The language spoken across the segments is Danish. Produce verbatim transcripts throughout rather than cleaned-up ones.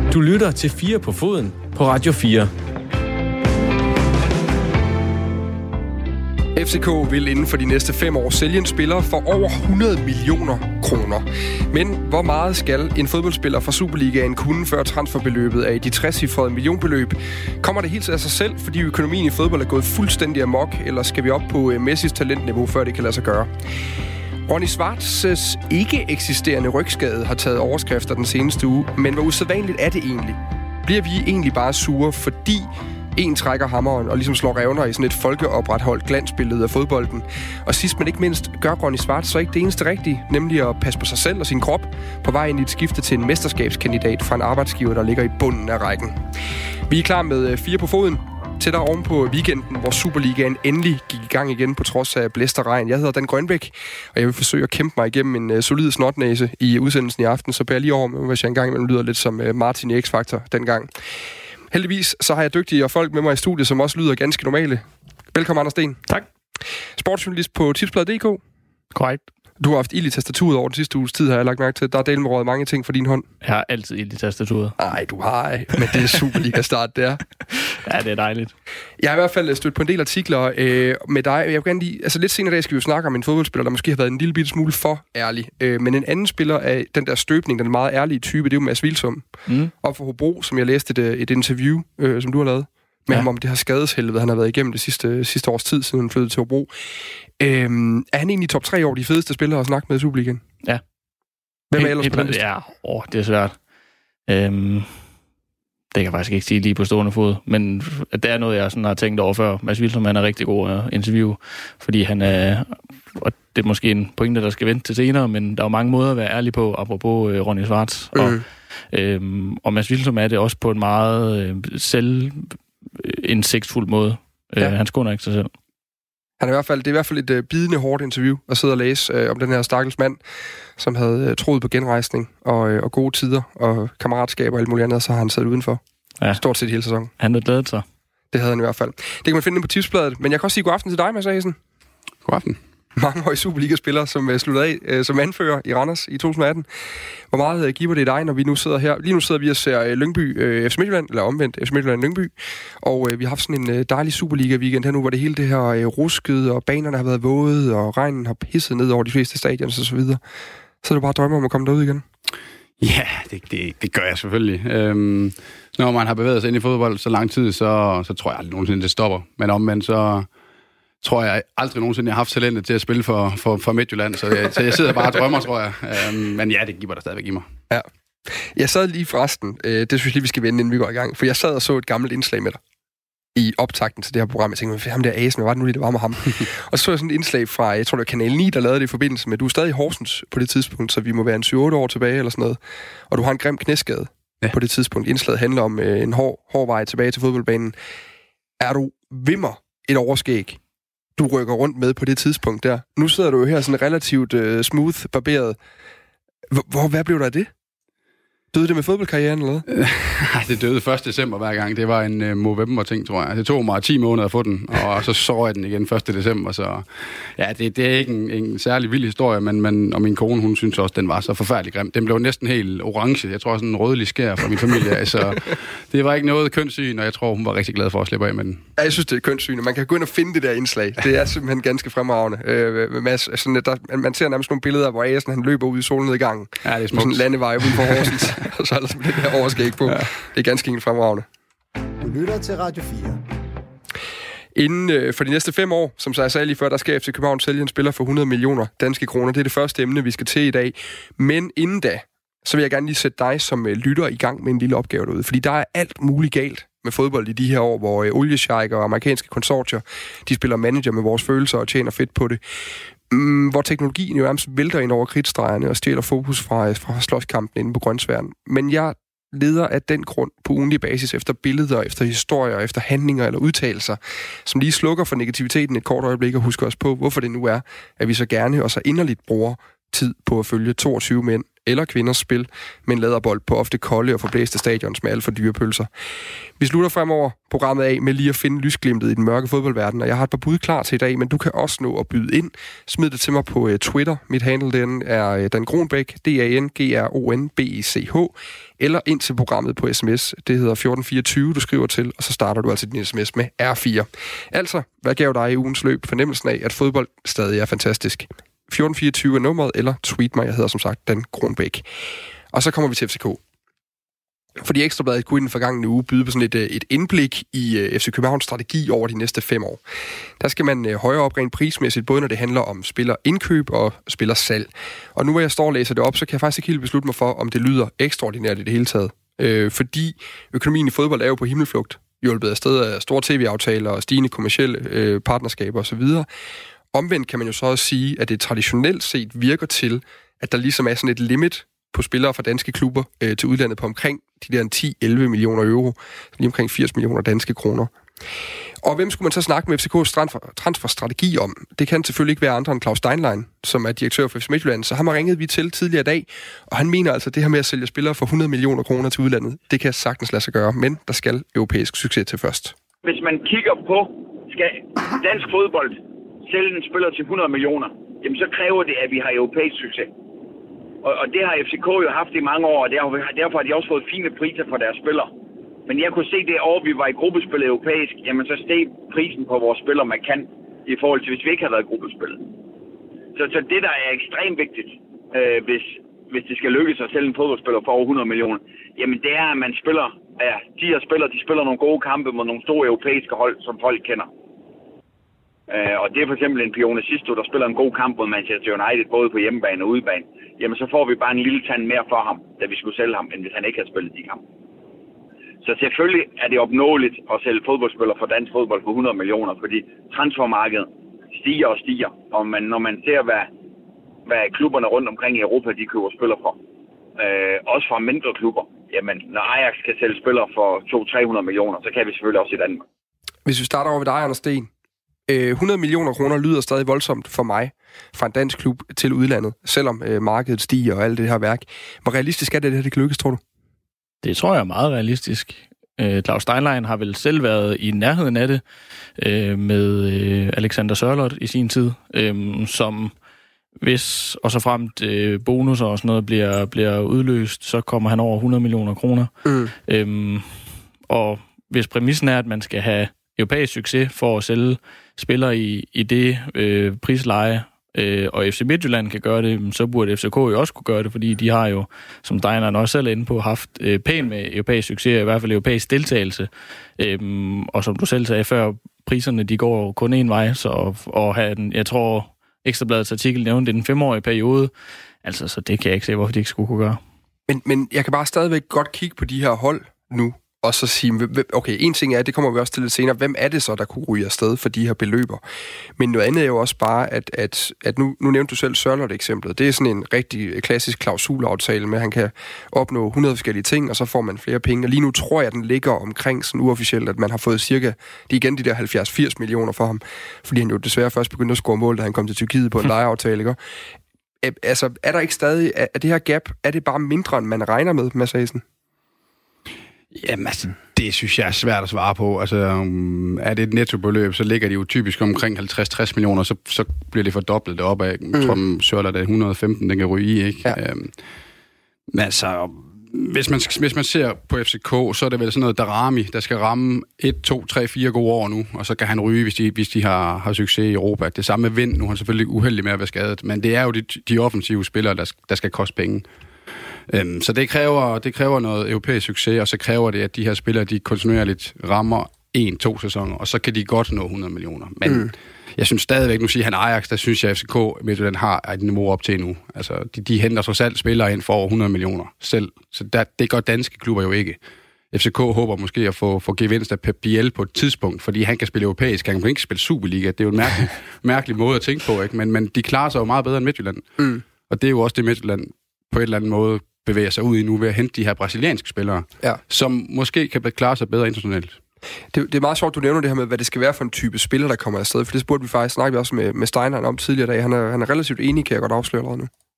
Du lytter til fire på foden på Radio fire. F C K vil inden for de næste fem år sælge en spiller for over hundrede millioner kroner. Men hvor meget skal en fodboldspiller fra Superligaen kunne, før transferbeløbet er i de trecifrede millionbeløb? Kommer det helt af sig selv, fordi økonomien i fodbold er gået fuldstændig amok, eller skal vi op på Messis talentniveau, før det kan lade sig gøre? Ronny Schwartz's ikke eksisterende rygskade har taget overskrifter den seneste uge, men hvor usædvanligt er det egentlig? Bliver vi egentlig bare sure, fordi en trækker hammeren og ligesom slår revner i sådan et folkeopretholdt glansbillede af fodbolden? Og sidst men ikke mindst gør Ronny Schwartz så ikke det eneste rigtige, nemlig at passe på sig selv og sin krop på vej ind i et skifte til en mesterskabskandidat fra en arbejdsgiver, der ligger i bunden af rækken. Vi er klar med fire på foden. Tættere oven på weekenden, hvor Superligaen endelig gik i gang igen på trods af blæst og regn. Jeg hedder Dan Grønbæk, og jeg vil forsøge at kæmpe mig igennem en uh, solid snotnæse i udsendelsen i aften, så bærer jeg lige over med, hvis jeg engang imellem lyder lidt som uh, Martin i X-Factor dengang. Heldigvis så har jeg dygtige folk med mig i studiet, som også lyder ganske normale. Velkommen, Anders Sten. Tak. Sportsjournalist på Tipsbladet punktum d k. Korrekt. Du har haft ild i tastaturet over den sidste uges tid, har jeg lagt mærke til. Der er delt med rådet mange ting for din hånd. Jeg har altid ild i tastaturet. Nej, du har ej, men det er Superliga-start, der. Ja, det er dejligt. Jeg har i hvert fald stødt på en del artikler øh, med dig. Jeg vil gerne lige, altså lidt senere i dag skal vi jo snakke om en fodboldspiller, der måske har været en lille bitte smule for ærlig. Øh, men en anden spiller af den der støbning, den meget ærlige type, det er jo Mads Vilsum. Mm. Og for Hobro, som jeg læste et, et interview, øh, som du har lavet med ja. ham om det her skadeshelvede, han har været igennem det sidste, sidste års tid, siden han flyttede til Hobro. Øhm, er han egentlig i top tre over de fedeste spillere at snakke med i Superligaen? Ja. Hvem er ellers på den liste? Ja, åh, det er svært. Øhm, det kan jeg faktisk ikke sige lige på stående fod, men det er noget, jeg sådan har tænkt over før. Mads Vilsum, han er rigtig god at interview, fordi han er, og det er måske en pointe, der skal vente til senere, men der er jo mange måder at være ærlig på, apropos øh, Ronny Schwartz. Mm. Og, øhm, og Mads Vilsum er det også på en meget øh, selvindsigtsfuld måde. Ja. Øh, han skåner ikke sig selv. Han er i hvert fald, det er i hvert fald et uh, bidende hårdt interview at sidde og læse uh, om den her stakkels mand, som havde uh, troet på genrejsning og, uh, og gode tider og kammeratskaber og alt muligt andet, så har han siddet udenfor. Ja. Stort set hele sæsonen. Han havde glædet sig. Det havde han i hvert fald. Det kan man finde på Tipsbladet, men jeg kan også sige god aften til dig, Mads Asen. God aften. Mangeårig Superliga-spiller, som uh, sluttede af uh, som anfører i Randers i to tusind atten. Hvor meget uh, giver det dig, når vi nu sidder her? Lige nu sidder vi og ser uh, Lyngby uh, F C Midtjylland, eller omvendt F C Midtjylland Lyngby. Og uh, vi har haft sådan en uh, dejlig Superliga-weekend her nu, hvor det hele det her uh, ruskede, og banerne har været våde, og regnen har pisset ned over de fleste stadions og så videre. Så er det bare drømmer om at komme derud igen. Ja, det, det, det gør jeg selvfølgelig. Øhm, når man har bevæget sig ind i fodbold så lang tid, så, så tror jeg aldrig nogensinde, det stopper. Men omvendt, så tror jeg aldrig nogensinde, jeg har haft talentet til at spille for, for, for Midtjylland. Så jeg, så jeg sidder bare og drømmer, tror jeg. Øhm, men ja, det giver der stadigvæk i mig. Ja. Jeg sad lige forresten, øh, det synes jeg lige, vi skal vende, inden vi går i gang. For jeg sad og så et gammelt indslag med dig i optakten til det her program. Jeg tænkte, ham der Asen, hvad var det nu lige, det var med ham? Og så så jeg sådan et indslag fra, jeg tror det var Kanal ni, der lavede det i forbindelse med, du er stadig i Horsens på det tidspunkt, så vi må være en syv otte år tilbage eller sådan noget. Og du har en grim knæskade ja. på det tidspunkt. Indslaget handler om øh, en hård, hård vej tilbage til fodboldbanen. Er du vimmer et overskæg, du rykker rundt med på det tidspunkt der? Nu sidder du jo her sådan relativt øh, smooth, barberet. Hvor, hvad blev der af det? Døde det med fodboldkarrieren, eller hvad? Det døde første december hver gang. Det var en uh, Movember-ting, tror jeg. Det tog mig ti måneder at få den, og så så jeg den igen første december. Så ja, det, det er ikke en, en særlig vild historie, men, men og min kone, hun synes også, den var så forfærdelig grim. Den blev næsten helt orange. Jeg tror, sådan en rødlig skær fra min familie. Altså, det var ikke noget kønssyn, og jeg tror, hun var rigtig glad for at slippe af med den. Ja, jeg synes, det er kønssyn, og man kan gå ind og finde det der indslag. Det er simpelthen ganske fremragende. Øh, Mads, sådan, der, man ser nærmest nogle billeder, hvor Asen, han løber ud i solnedgangen. Ja, det er smukt. Sådan en landevej uden for Horsens. Og så er der sådan det der overskæg på. Ja. Det er ganske enkelt fremragende. Du lytter til Radio fire. Inden øh, for de næste fem år, som så jeg sagde lige før, der skal F C København sælge en spiller for hundrede millioner danske kroner. Det er det første emne, vi skal til i dag. Men inden da, så vil jeg gerne lige sætte dig som øh, lytter i gang med en lille opgave derude. Fordi der er alt muligt galt med fodbold i de her år, hvor øh, oliesjejker og amerikanske konsortier, de spiller manager med vores følelser og tjener fedt på det. Mm, hvor teknologien jo nærmest vælter ind over kridtstregerne og stjæler fokus fra, fra slåskampen inde på grønsværen. Men jeg leder af den grund på ugentlig basis efter billeder, efter historier, efter handlinger eller udtalelser, som lige slukker for negativiteten et kort øjeblik og husker os på, hvorfor det nu er, at vi så gerne og så inderligt bruger tid på at følge toogtyve mænd eller kvinders spil, men læderbold på ofte kolde og forblæste stadions med alt for dyre pølser. Vi slutter fremover programmet af med lige at finde lysglimtet i den mørke fodboldverden, og jeg har et par bud klar til i dag, men du kan også nå at byde ind. Smid det til mig på uh, Twitter. Mit handle den er uh, Dan Gronbæk, D A N G R O N B E C H, eller ind til programmet på sms. Det hedder fjorten fireogtyve, du skriver til, og så starter du altså din sms med R fire. Altså, hvad gav dig i ugens løb fornemmelsen af, at fodbold stadig er fantastisk? fjorten fireogtyve er nummeret, eller tweet mig, jeg hedder som sagt Dan Gronbæk. Og så kommer vi til F C K. Fordi Ekstrabladet kunne i den forgangne uge byde på sådan et, et indblik i uh, F C Københavns strategi over de næste fem år. Der skal man uh, højere op rent prismæssigt, både når det handler om spillerindkøb og spillersalg. Og nu hvor jeg står og læser det op, så kan jeg faktisk ikke helt beslutte mig for, om det lyder ekstraordinært i det hele taget. Uh, fordi økonomien i fodbold er jo på himmelflugt, hjulpet af sted af store tv-aftaler og stigende kommercielle uh, partnerskaber osv. Omvendt kan man jo så også sige, at det traditionelt set virker til, at der ligesom er sådan et limit på spillere fra danske klubber øh, til udlandet på omkring de der ti til elleve millioner euro, lige omkring firs millioner danske kroner. Og hvem skulle man så snakke med F C K's transferstrategi om? Det kan selvfølgelig ikke være andre end Claus Steinlein, som er direktør for F C Midtjylland, så ham har ringet vi til tidligere i dag, og han mener altså, at det her med at sælge spillere for hundrede millioner kroner til udlandet, det kan sagtens lade sig gøre, men der skal europæisk succes til først. Hvis man kigger på, skal dansk fodbold sælge en spiller til hundrede millioner, jamen så kræver det, at vi har europæisk succes. Og, og det har F C K jo haft i mange år, og derfor har de også fået fine priser for deres spillere. Men jeg kunne se det år, vi var i gruppespil europæisk, jamen så steg prisen på vores spillere markant i forhold til, hvis vi ikke havde været i gruppespil. Så, så det, der er ekstremt vigtigt, øh, hvis, hvis det skal lykkes at sælge en fodboldspiller for over hundrede millioner, jamen det er, at man spiller, ja, de her spillere, de spiller nogle gode kampe mod nogle store europæiske hold, som folk kender. Uh, og det er for eksempel en Pione Sisto, der spiller en god kamp mod Manchester United, både på hjemmebane og udebane. Jamen så får vi bare en lille tand mere for ham, da vi skulle sælge ham, end hvis han ikke havde spillet de kampe. Så selvfølgelig er det opnåeligt at sælge fodboldspillere for dansk fodbold for hundrede millioner, fordi transfermarkedet stiger og stiger. Og man, når man ser, hvad, hvad klubberne rundt omkring i Europa, de køber spillere for, uh, også fra mindre klubber, jamen når Ajax kan sælge spillere for to til tre hundrede millioner, så kan vi selvfølgelig også i Danmark. Hvis vi starter over ved dig, Anders Sten. hundrede millioner kroner lyder stadig voldsomt for mig fra en dansk klub til udlandet, selvom øh, markedet stiger og alt det her værk. Hvor realistisk er det, at det her det kan lykkes, tror du? Det tror jeg er meget realistisk. Øh, Claus Steinlein har vel selv været i nærheden af det øh, med øh, Alexander Sørloth i sin tid, øh, som hvis og så fremt øh, bonusser og sådan noget bliver, bliver udløst, så kommer han over hundrede millioner kroner. Mm. Øh, og hvis præmissen er, at man skal have europæisk succes for at sælge spillere i, i det øh, prisleje, øh, og F C Midtjylland kan gøre det, så burde F C K jo også kunne gøre det, fordi de har jo, som Steinlein også selv er inde på, haft øh, pænt med europæisk succes, i hvert fald europæisk deltagelse. Øhm, og som du selv sagde før, priserne de går kun en vej, så og have den, jeg tror, Ekstrabladets artikel nævnte den femårige periode, altså så det kan jeg ikke se, hvorfor de ikke skulle kunne gøre. Men, men jeg kan bare stadigvæk godt kigge på de her hold nu, og så sige, okay, en ting er, det kommer vi også til lidt senere, hvem er det så, der kunne ryge afsted for de her beløber? Men noget andet er jo også bare, at, at, at nu, nu nævnte du selv Sørloth-eksemplet. Det er sådan en rigtig klassisk klausulaaftale med, at han kan opnå hundrede forskellige ting, og så får man flere penge. Og lige nu tror jeg, at den ligger omkring sådan uofficielt, at man har fået cirka, det er igen de der halvfjerds til firs millioner for ham, fordi han jo desværre først begyndte at score mål, da han kom til Tyrkiet på en lejeaftale, ikke? Altså, er der ikke stadig, er det her gap, er det bare mindre, end man regner med, Mads Hasen? Jamen altså, det synes jeg er svært at svare på. Altså, um, er det et nettobeløb, så ligger de jo typisk omkring halvtreds til tres millioner, så, så bliver det fordoblet deroppe af. Jeg tror, mm. Sørloth er et hundrede og femten, den kan ryge i, ikke? Ja. Um, men altså, hvis man, hvis man ser på F C K, så er det vel sådan noget Darami, der skal ramme et, to, tre, fire gode år nu, og så kan han ryge, hvis de, hvis de har, har succes i Europa. Det samme med Vind, nu er han selvfølgelig uheldig med at være skadet, men det er jo de, de offensive spillere, der, der skal koste penge. Um, så det kræver, det kræver noget europæisk succes, og så kræver det, at de her spillere, de kontinuerligt rammer en, to sæsoner, og så kan de godt nå hundrede millioner. Men mm. jeg synes stadigvæk, nu siger han Ajax, der synes jeg, at F C K Midtjylland har et niveau op til nu. Altså, de, de henter trods alt spillere ind for over hundrede millioner selv. Så der, det gør danske klubber jo ikke. F C K håber måske at få, få gevinst af Pep Biel på et tidspunkt, fordi han kan spille europæisk, han kan ikke spille Superliga. Det er jo en mærkelig, mærkelig måde at tænke på, ikke? Men, men de klarer sig jo meget bedre end Midtjylland. Mm. Og det er jo også det, Midtjylland på et eller andet måde bevæger sig ud i nu ved at hente de her brasilianske spillere, ja. Som måske kan klare sig bedre internationalt. Det, det er meget sjovt, du nævner det her med, hvad det skal være for en type spiller, der kommer afsted, for det spurgte vi faktisk, snakkede vi også med, med Steinlein om tidligere dag. Han er, han er relativt enig, kan jeg godt afsløre allerede nu.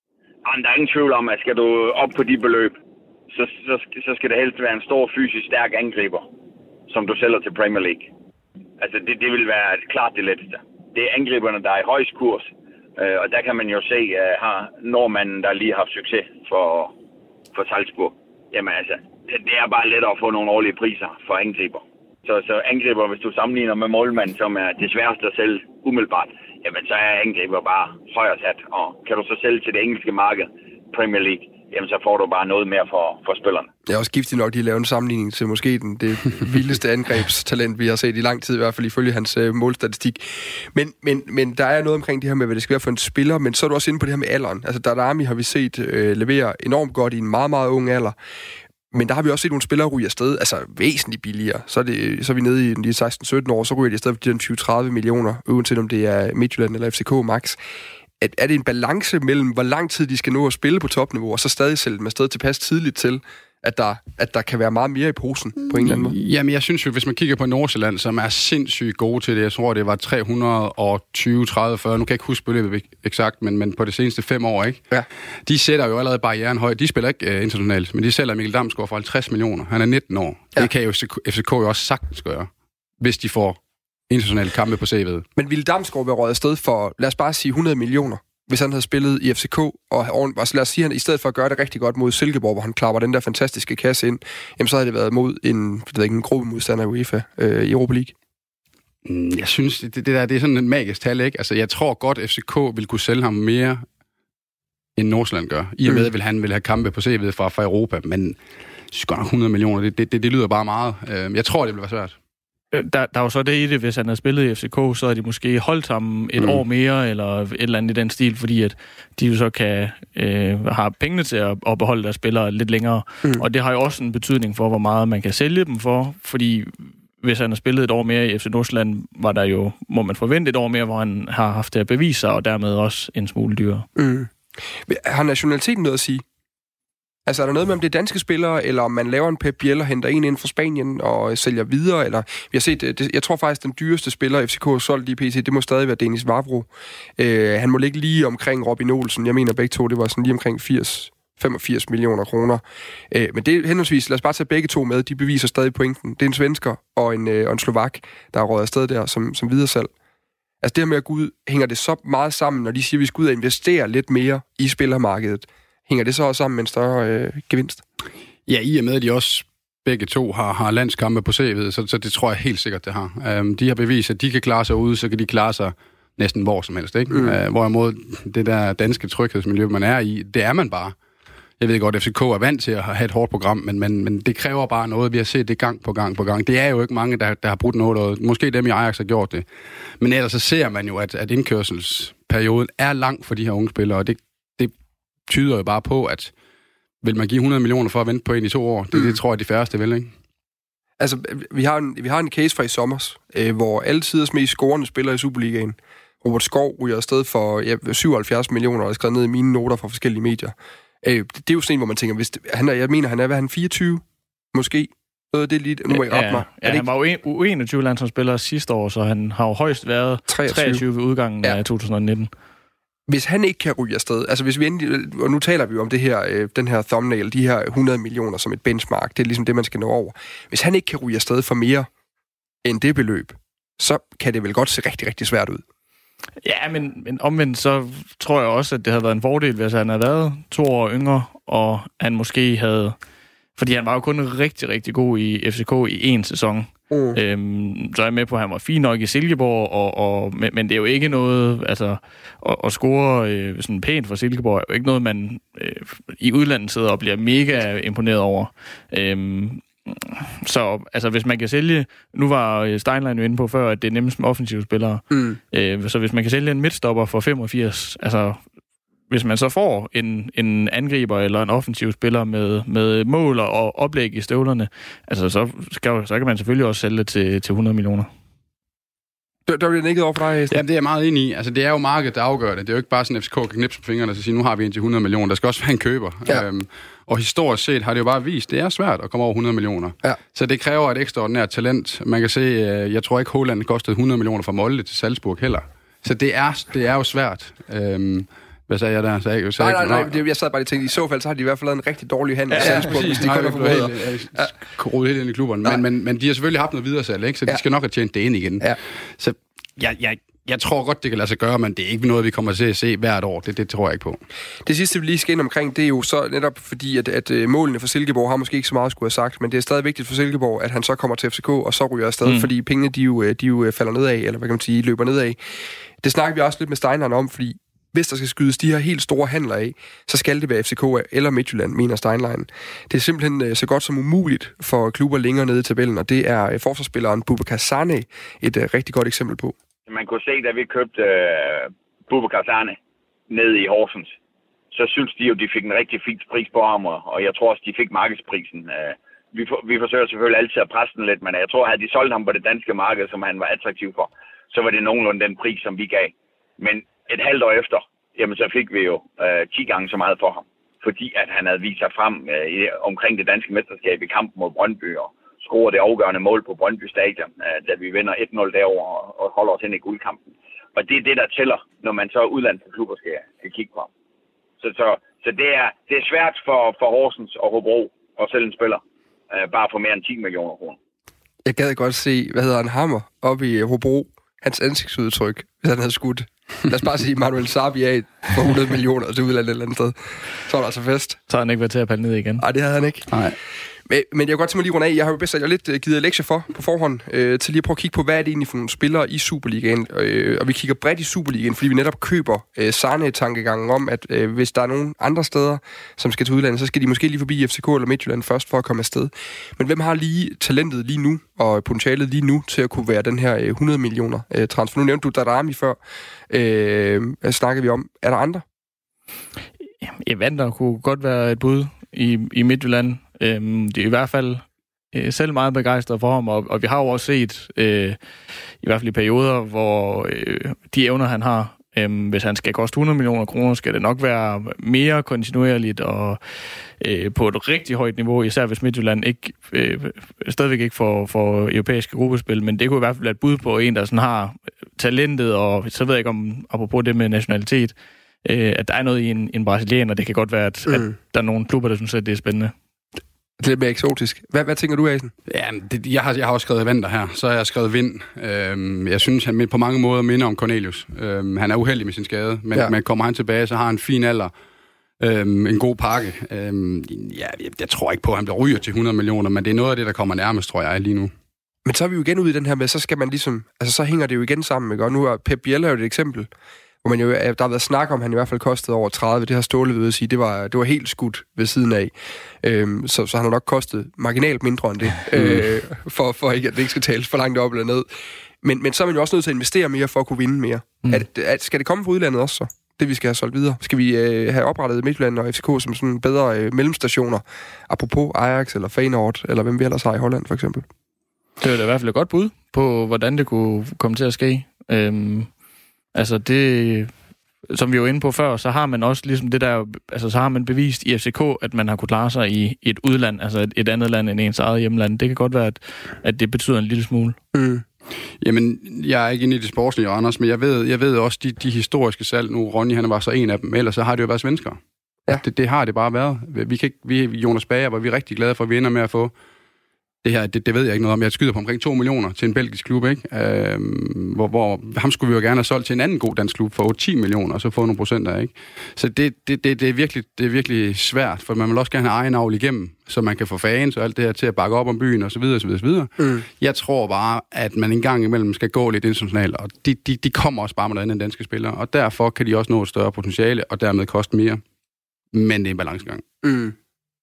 Og der er ingen tvivl om, at skal du op på de beløb, så, så, så skal det helst være en stor, fysisk stærk angriber, som du sælger til Premier League. Altså, det, det vil være klart det letteste. Det er angriberne, der er i højst kurs. Øh, og der kan man jo se, at har nordmanden, der lige har haft succes for, for Salzburg. Jamen altså, det, det er bare lettere at få nogle årlige priser for angriber. Så, så angriber, hvis du sammenligner med målmanden, som er det sværeste at sælge umiddelbart, jamen så er angriber bare højere sat. Og kan du så sælge til det engelske marked, Premier League, jamen så får du bare noget mere for, for spillerne. Det er også giftigt nok, de laver en sammenligning til måske den, det vildeste angrebstalent, vi har set i lang tid, i hvert fald ifølge hans øh, målstatistik. Men, men, men der er noget omkring det her med, hvad det skal være for en spiller, men så er du også inde på det her med alderen. Altså Darami har vi set øh, levere enormt godt i en meget, meget ung alder. Men der har vi også set nogle spillere ryge afsted, altså væsentligt billigere. Så er, det, så er vi nede i de seksten sytten år, så ryger de afsted for de tyve til tredive millioner, uanset om det er Midtjylland eller F C K max. Er, er det en balance mellem, hvor lang tid de skal nå at spille på topniveau, og så stadig sælge dem afsted tilpas tidligt til, at der, at der kan være meget mere i posen på en eller anden måde? Jamen, jeg synes jo, hvis man kigger på Nordsjælland, som er sindssygt gode til det, jeg tror, det var tre hundrede og tyve, tredive, fyrre, nu kan jeg ikke huske beløbet eksakt, men, men på de seneste fem år, ikke? Ja. De sætter jo allerede barrieren højt. De spiller ikke uh, internationalt, men de sælger Mikkel Damsgaard for halvtreds millioner. Han er nitten år. Ja. Det kan jo F C K jo også sagtens gøre, hvis de får internationale kampe på C V'et. Men ville Damsgaard være røget afsted for, lad os bare sige hundrede millioner, hvis han havde spillet i F C K, og altså lad os sige, at han i stedet for at gøre det rigtig godt mod Silkeborg, hvor han klapper den der fantastiske kasse ind, jamen så havde det været mod en, det ved ikke, en gruppe modstander i UEFA øh, i Europa League. Jeg synes, det, det der det er sådan en magisk tal, ikke? Altså, jeg tror godt, F C K vil kunne sælge ham mere, end Nordsjælland gør. I og med, mm. vil han vil have kampe på C V'et fra, fra Europa, men godt nok hundrede millioner, det, det, det, det lyder bare meget. Jeg tror, det vil være svært. Der, der er jo så det i det, hvis han havde spillet i F C K, så havde de måske holdt ham et mm. år mere, eller et eller andet i den stil, fordi at de jo så kan øh, have pengene til at, at beholde deres spillere lidt længere. Mm. Og det har jo også en betydning for, hvor meget man kan sælge dem for, fordi hvis han har spillet et år mere i F C Nordsjælland, var der jo, må man forvente et år mere, hvor han har haft det at bevise sig, og dermed også en smule dyrere. Mm. Har nationaliteten noget at sige? Altså, er der noget med, om det er danske spillere, eller om man laver en Pep Biel og henter en ind fra Spanien og sælger videre, eller vi har set, det, jeg tror faktisk, den dyreste spiller, F C K solgt i P T, det må stadig være Denis Vavro. Øh, han må ligge lige omkring Robin Olsen. Jeg mener begge to, det var sådan lige omkring firs, femogfirs millioner kroner. Øh, men det er henholdsvis, lad os bare tage begge to med, de beviser stadig pointen. Det er en svensker og en, øh, og en slovak, der er røget afsted der som, som videresalg. Altså det her med at gå ud, hænger det så meget sammen, når de siger, at vi skal ud og investere lidt mere i spillermarkedet. Hænger det så også sammen med en større øh, gevinst? Ja, i og med, at de også begge to har, har landskampe på C V'et, så, så det tror jeg helt sikkert, det har. Um, de har bevist, at de kan klare sig ude, så kan de klare sig næsten hvor som helst. Ikke? Mm. Uh, hvorimod det der danske tryghedsmiljø, man er i, det er man bare. Jeg ved godt, at F C K er vant til at have et hårdt program, men, men, men det kræver bare noget. Vi har set det gang på gang på gang. Det er jo ikke mange, der, der har brudt noget, og måske dem i Ajax har gjort det. Men ellers så ser man jo, at, at indkørselsperioden er lang for de her unge spillere, og det tyder jo bare på, at vil man give hundrede millioner for at vente på en i to år? Det, mm. det tror jeg, de færreste vil, ikke? Altså, vi har en, vi har en case fra i sommers, øh, hvor alle tiders mest scorende spillere i Superligaen, Robert Skov, ryger afsted for ja, syvoghalvfjerds millioner, og er skrevet ned i mine noter fra forskellige medier. Øh, det, det er jo sådan en, hvor man tænker, hvis det, han er, jeg mener, han er, hvad han fireogtyve? Måske? Øh, det er lige, nu må jeg rette mig. Ja, ja han var jo U enogtyve landsholdsspiller sidste år, så han har jo højst været treogtyve, treogtyve ved udgangen ja. af to tusind nitten. Hvis han ikke kan ryge afsted, altså hvis vi endelig, og nu taler vi jo om det her, øh, den her thumbnail, de her hundrede millioner som et benchmark, det er ligesom det, man skal nå over. Hvis han ikke kan ryge afsted for mere end det beløb, så kan det vel godt se rigtig, rigtig svært ud. Ja, men, men omvendt så tror jeg også, at det havde været en fordel, hvis han havde været to år yngre, og han måske havde... Fordi han var jo kun rigtig, rigtig god i F C K i en sæson. Mm. Øhm, så er jeg med på, at han var fin nok i Silkeborg, og, og, men, men det er jo ikke noget, altså, at, at score øh, sådan pænt for Silkeborg er jo ikke noget, man øh, i udlandet sidder og bliver mega imponeret over. Øhm, så altså, hvis man kan sælge, nu var Steinlein jo inde på før, at det er nemmest med offensive spillere, mm. øh, så hvis man kan sælge en midtstopper for femogfirs, altså hvis man så får en, en angriber eller en offensiv spiller med, med mål og oplæg i støvlerne, altså så, skal, så kan man selvfølgelig også sælge det til, til hundrede millioner. Der, der bliver nikket over for dig. Ja, det er jeg meget enig i. Altså, det er jo markedet, der afgør det. Det er jo ikke bare sådan, at F C K kan knipse på fingrene og sige, nu har vi en til hundrede millioner. Der skal også være en køber. Ja. Øhm, og historisk set har det jo bare vist, det er svært at komme over hundrede millioner. Ja. Så det kræver et ekstraordinært talent. Man kan se, jeg tror ikke, Haaland kostede hundrede millioner fra Molde til Salzburg heller. Så det er, det er jo svært. Øhm, Hvad sagde jeg der? Så jeg, så nej, jeg, nej, nej, det, jeg sad bare og tænkte, i så fald så har de i hvert fald lavet en rigtig dårlig handel. Ja, ja, præcis. Hvis de nej, kun har forbedret. Helt helt ind i klubberne. Men, men, men de har selvfølgelig haft noget videre salg, ikke? Så de ja. skal nok have tjent det ind igen. Ja. Så jeg, jeg, jeg tror godt, det kan lade sig gøre, men det er ikke noget, vi kommer til at se hvert år. Det, det tror jeg ikke på. Det sidste, vi lige skal ind omkring, det er jo så netop fordi, at, at målene for Silkeborg har måske ikke så meget skulle have sagt, men det er stadig vigtigt for Silkeborg, at han så kommer til F C K, og så ryger afsted, mm. fordi pengene, de jo, de jo falder nedad, eller hvad kan man sige, løber nedad. Det snakker vi også lidt med Steinlein om, fordi hvis der skal skydes de her helt store handler af, så skal det være F C K eller Midtjylland, mener Steinlein. Det er simpelthen så godt som umuligt for klubber længere nede i tabellen, og det er forsvarsspilleren Boubacar Sané et uh, rigtig godt eksempel på. Man kunne se, da vi købte uh, Boubacar Sané ned i Horsens, så synes de jo, de fik en rigtig fin pris på ham, og jeg tror også, de fik markedsprisen. Uh, vi, for, vi forsøger selvfølgelig altid at presse den lidt, men jeg tror, havde de solgt ham på det danske marked, som han var attraktiv for, så var det nogenlunde den pris, som vi gav. Men et halvt år efter, jamen så fik vi jo øh, ti gange så meget for ham. Fordi at han havde vist sig frem øh, i, omkring det danske mesterskab i kampen mod Brøndby og scorede det afgørende mål på Brøndby Stadion, øh, da vi vinder et nul derover og, og holder os ind i guldkampen. Og det er det, der tæller, når man så udlandske klubber skal, skal kigge på. Så, så, så det, er, det er svært for, for Horsens og Hobro at sælge en spiller, øh, bare for mere end ti millioner kroner. Jeg gad godt se, hvad hedder han, Hammer, oppe i Hobro. Hans ansigtsudtryk, hvis han havde skudt. Lad os bare sige Manuel Sarbi af for hundrede millioner til udlandet et eller andet sted. Så er der altså fest. Så har han ikke været til at palle ned igen. Nej, det havde han ikke. Nej. Men, men jeg kunne godt tænke mig lige rundt af. Jeg har jo bedst, jeg har lidt uh, givet lektier for på forhånd, øh, til lige at prøve at kigge på, hvad er det egentlig for nogle spillere i Superligaen. Øh, og vi kigger bredt i Superligaen, fordi vi netop køber øh, Sarne-tankegangen om, at øh, hvis der er nogle andre steder, som skal til udlandet, så skal de måske lige forbi F C K eller Midtjylland først for at komme afsted. Men hvem har lige talentet lige nu, og potentialet lige nu, til at kunne være den her øh, hundrede millioner øh, transfer? Nu nævnte du Darami før. Øh, hvad snakker vi om? Er der andre? Evander kunne godt være et bud i, i Midtjylland. Øhm, det er i hvert fald øh, selv meget begejstret for ham, og, og vi har jo også set, øh, i hvert fald i perioder, hvor øh, de evner, han har, øh, hvis han skal koste hundrede millioner kroner, skal det nok være mere kontinuerligt og øh, på et rigtig højt niveau, især hvis Midtjylland ikke, øh, stadigvæk ikke får, får europæiske gruppespil, men det kunne i hvert fald være et bud på en, der sådan har talentet, og så ved jeg ikke om, apropos det med nationalitet, øh, at der er noget i en, en brasilianer, det kan godt være, at, mm. at der er nogle klubber, der synes, at det er spændende. Det er lidt mere eksotisk. Hvad, hvad tænker du, Asen? Ja, det, jeg, har, jeg har også skrevet Evander her. Så har jeg skrevet Vind. Øhm, jeg synes, han på mange måder minder om Cornelius. Øhm, han er uheldig med sin skade, men, ja. men kommer han tilbage, så har han en fin alder. Øhm, en god pakke. Øhm, ja, jeg, jeg tror ikke på, at han bliver ryger til hundrede millioner, men det er noget af det, der kommer nærmest, tror jeg, lige nu. Men så er vi jo igen ude i den her med, så skal man ligesom... Altså, så hænger det jo igen sammen, ikke? Og nu er Pep Biel jo et eksempel, hvor man jo, der har været snak om, han i hvert fald kostede over tredive. Det har Ståle ved at sige, det var, det var helt skudt ved siden af. Øhm, så, så han har nok kostet marginalt mindre end det, øh, for, for ikke, at det ikke skal tales for langt op eller ned. Men, men så er man jo også nødt til at investere mere for at kunne vinde mere. Mm. At, at, skal det komme fra udlandet også så? Det vi skal have solgt videre. Skal vi øh, have oprettet Midtjylland og F C K som sådan bedre øh, mellemstationer, apropos Ajax eller Feyenoord, eller hvem vi ellers har i Holland for eksempel? Det er da i hvert fald et godt bud på, hvordan det kunne komme til at ske. Øhm, altså det, som vi var inde på før, så har man også ligesom det der, altså så har man bevist i F C K, at man har kunnet klare sig i, i et udland, altså et, et andet land end ens eget hjemland. Det kan godt være, at, at det betyder en lille smule. Mm. Jamen, jeg er ikke inde i det sportslige, Anders, men jeg ved, jeg ved også, de, de historiske salg, nu Ronny, han var så en af dem, ellers så har det jo været svenskere. Ja. Det, det har det bare været. Vi kan ikke, vi, Jonas Bager, var vi rigtig glade for, at vi ender med at få det her, det, det ved jeg ikke noget om. Jeg skyder på omkring to millioner til en belgisk klub, ikke? Øhm, hvor, hvor ham skulle vi jo gerne have solgt til en anden god dansk klub for otte til ti millioner, og så få nogle procenter, ikke? Så det, det, det, det, er virkelig, det er virkelig svært, for man vil også gerne have egen avl igennem, så man kan få fans og alt det her til at bakke op om byen, og så videre, så videre, så videre. Mm. Jeg tror bare, at man en gang imellem skal gå lidt internationalt, og de, de, de kommer også bare med noget andet end danske spillere, og derfor kan de også nå et større potentiale, og dermed koste mere. Men det er en balancegang. Mm.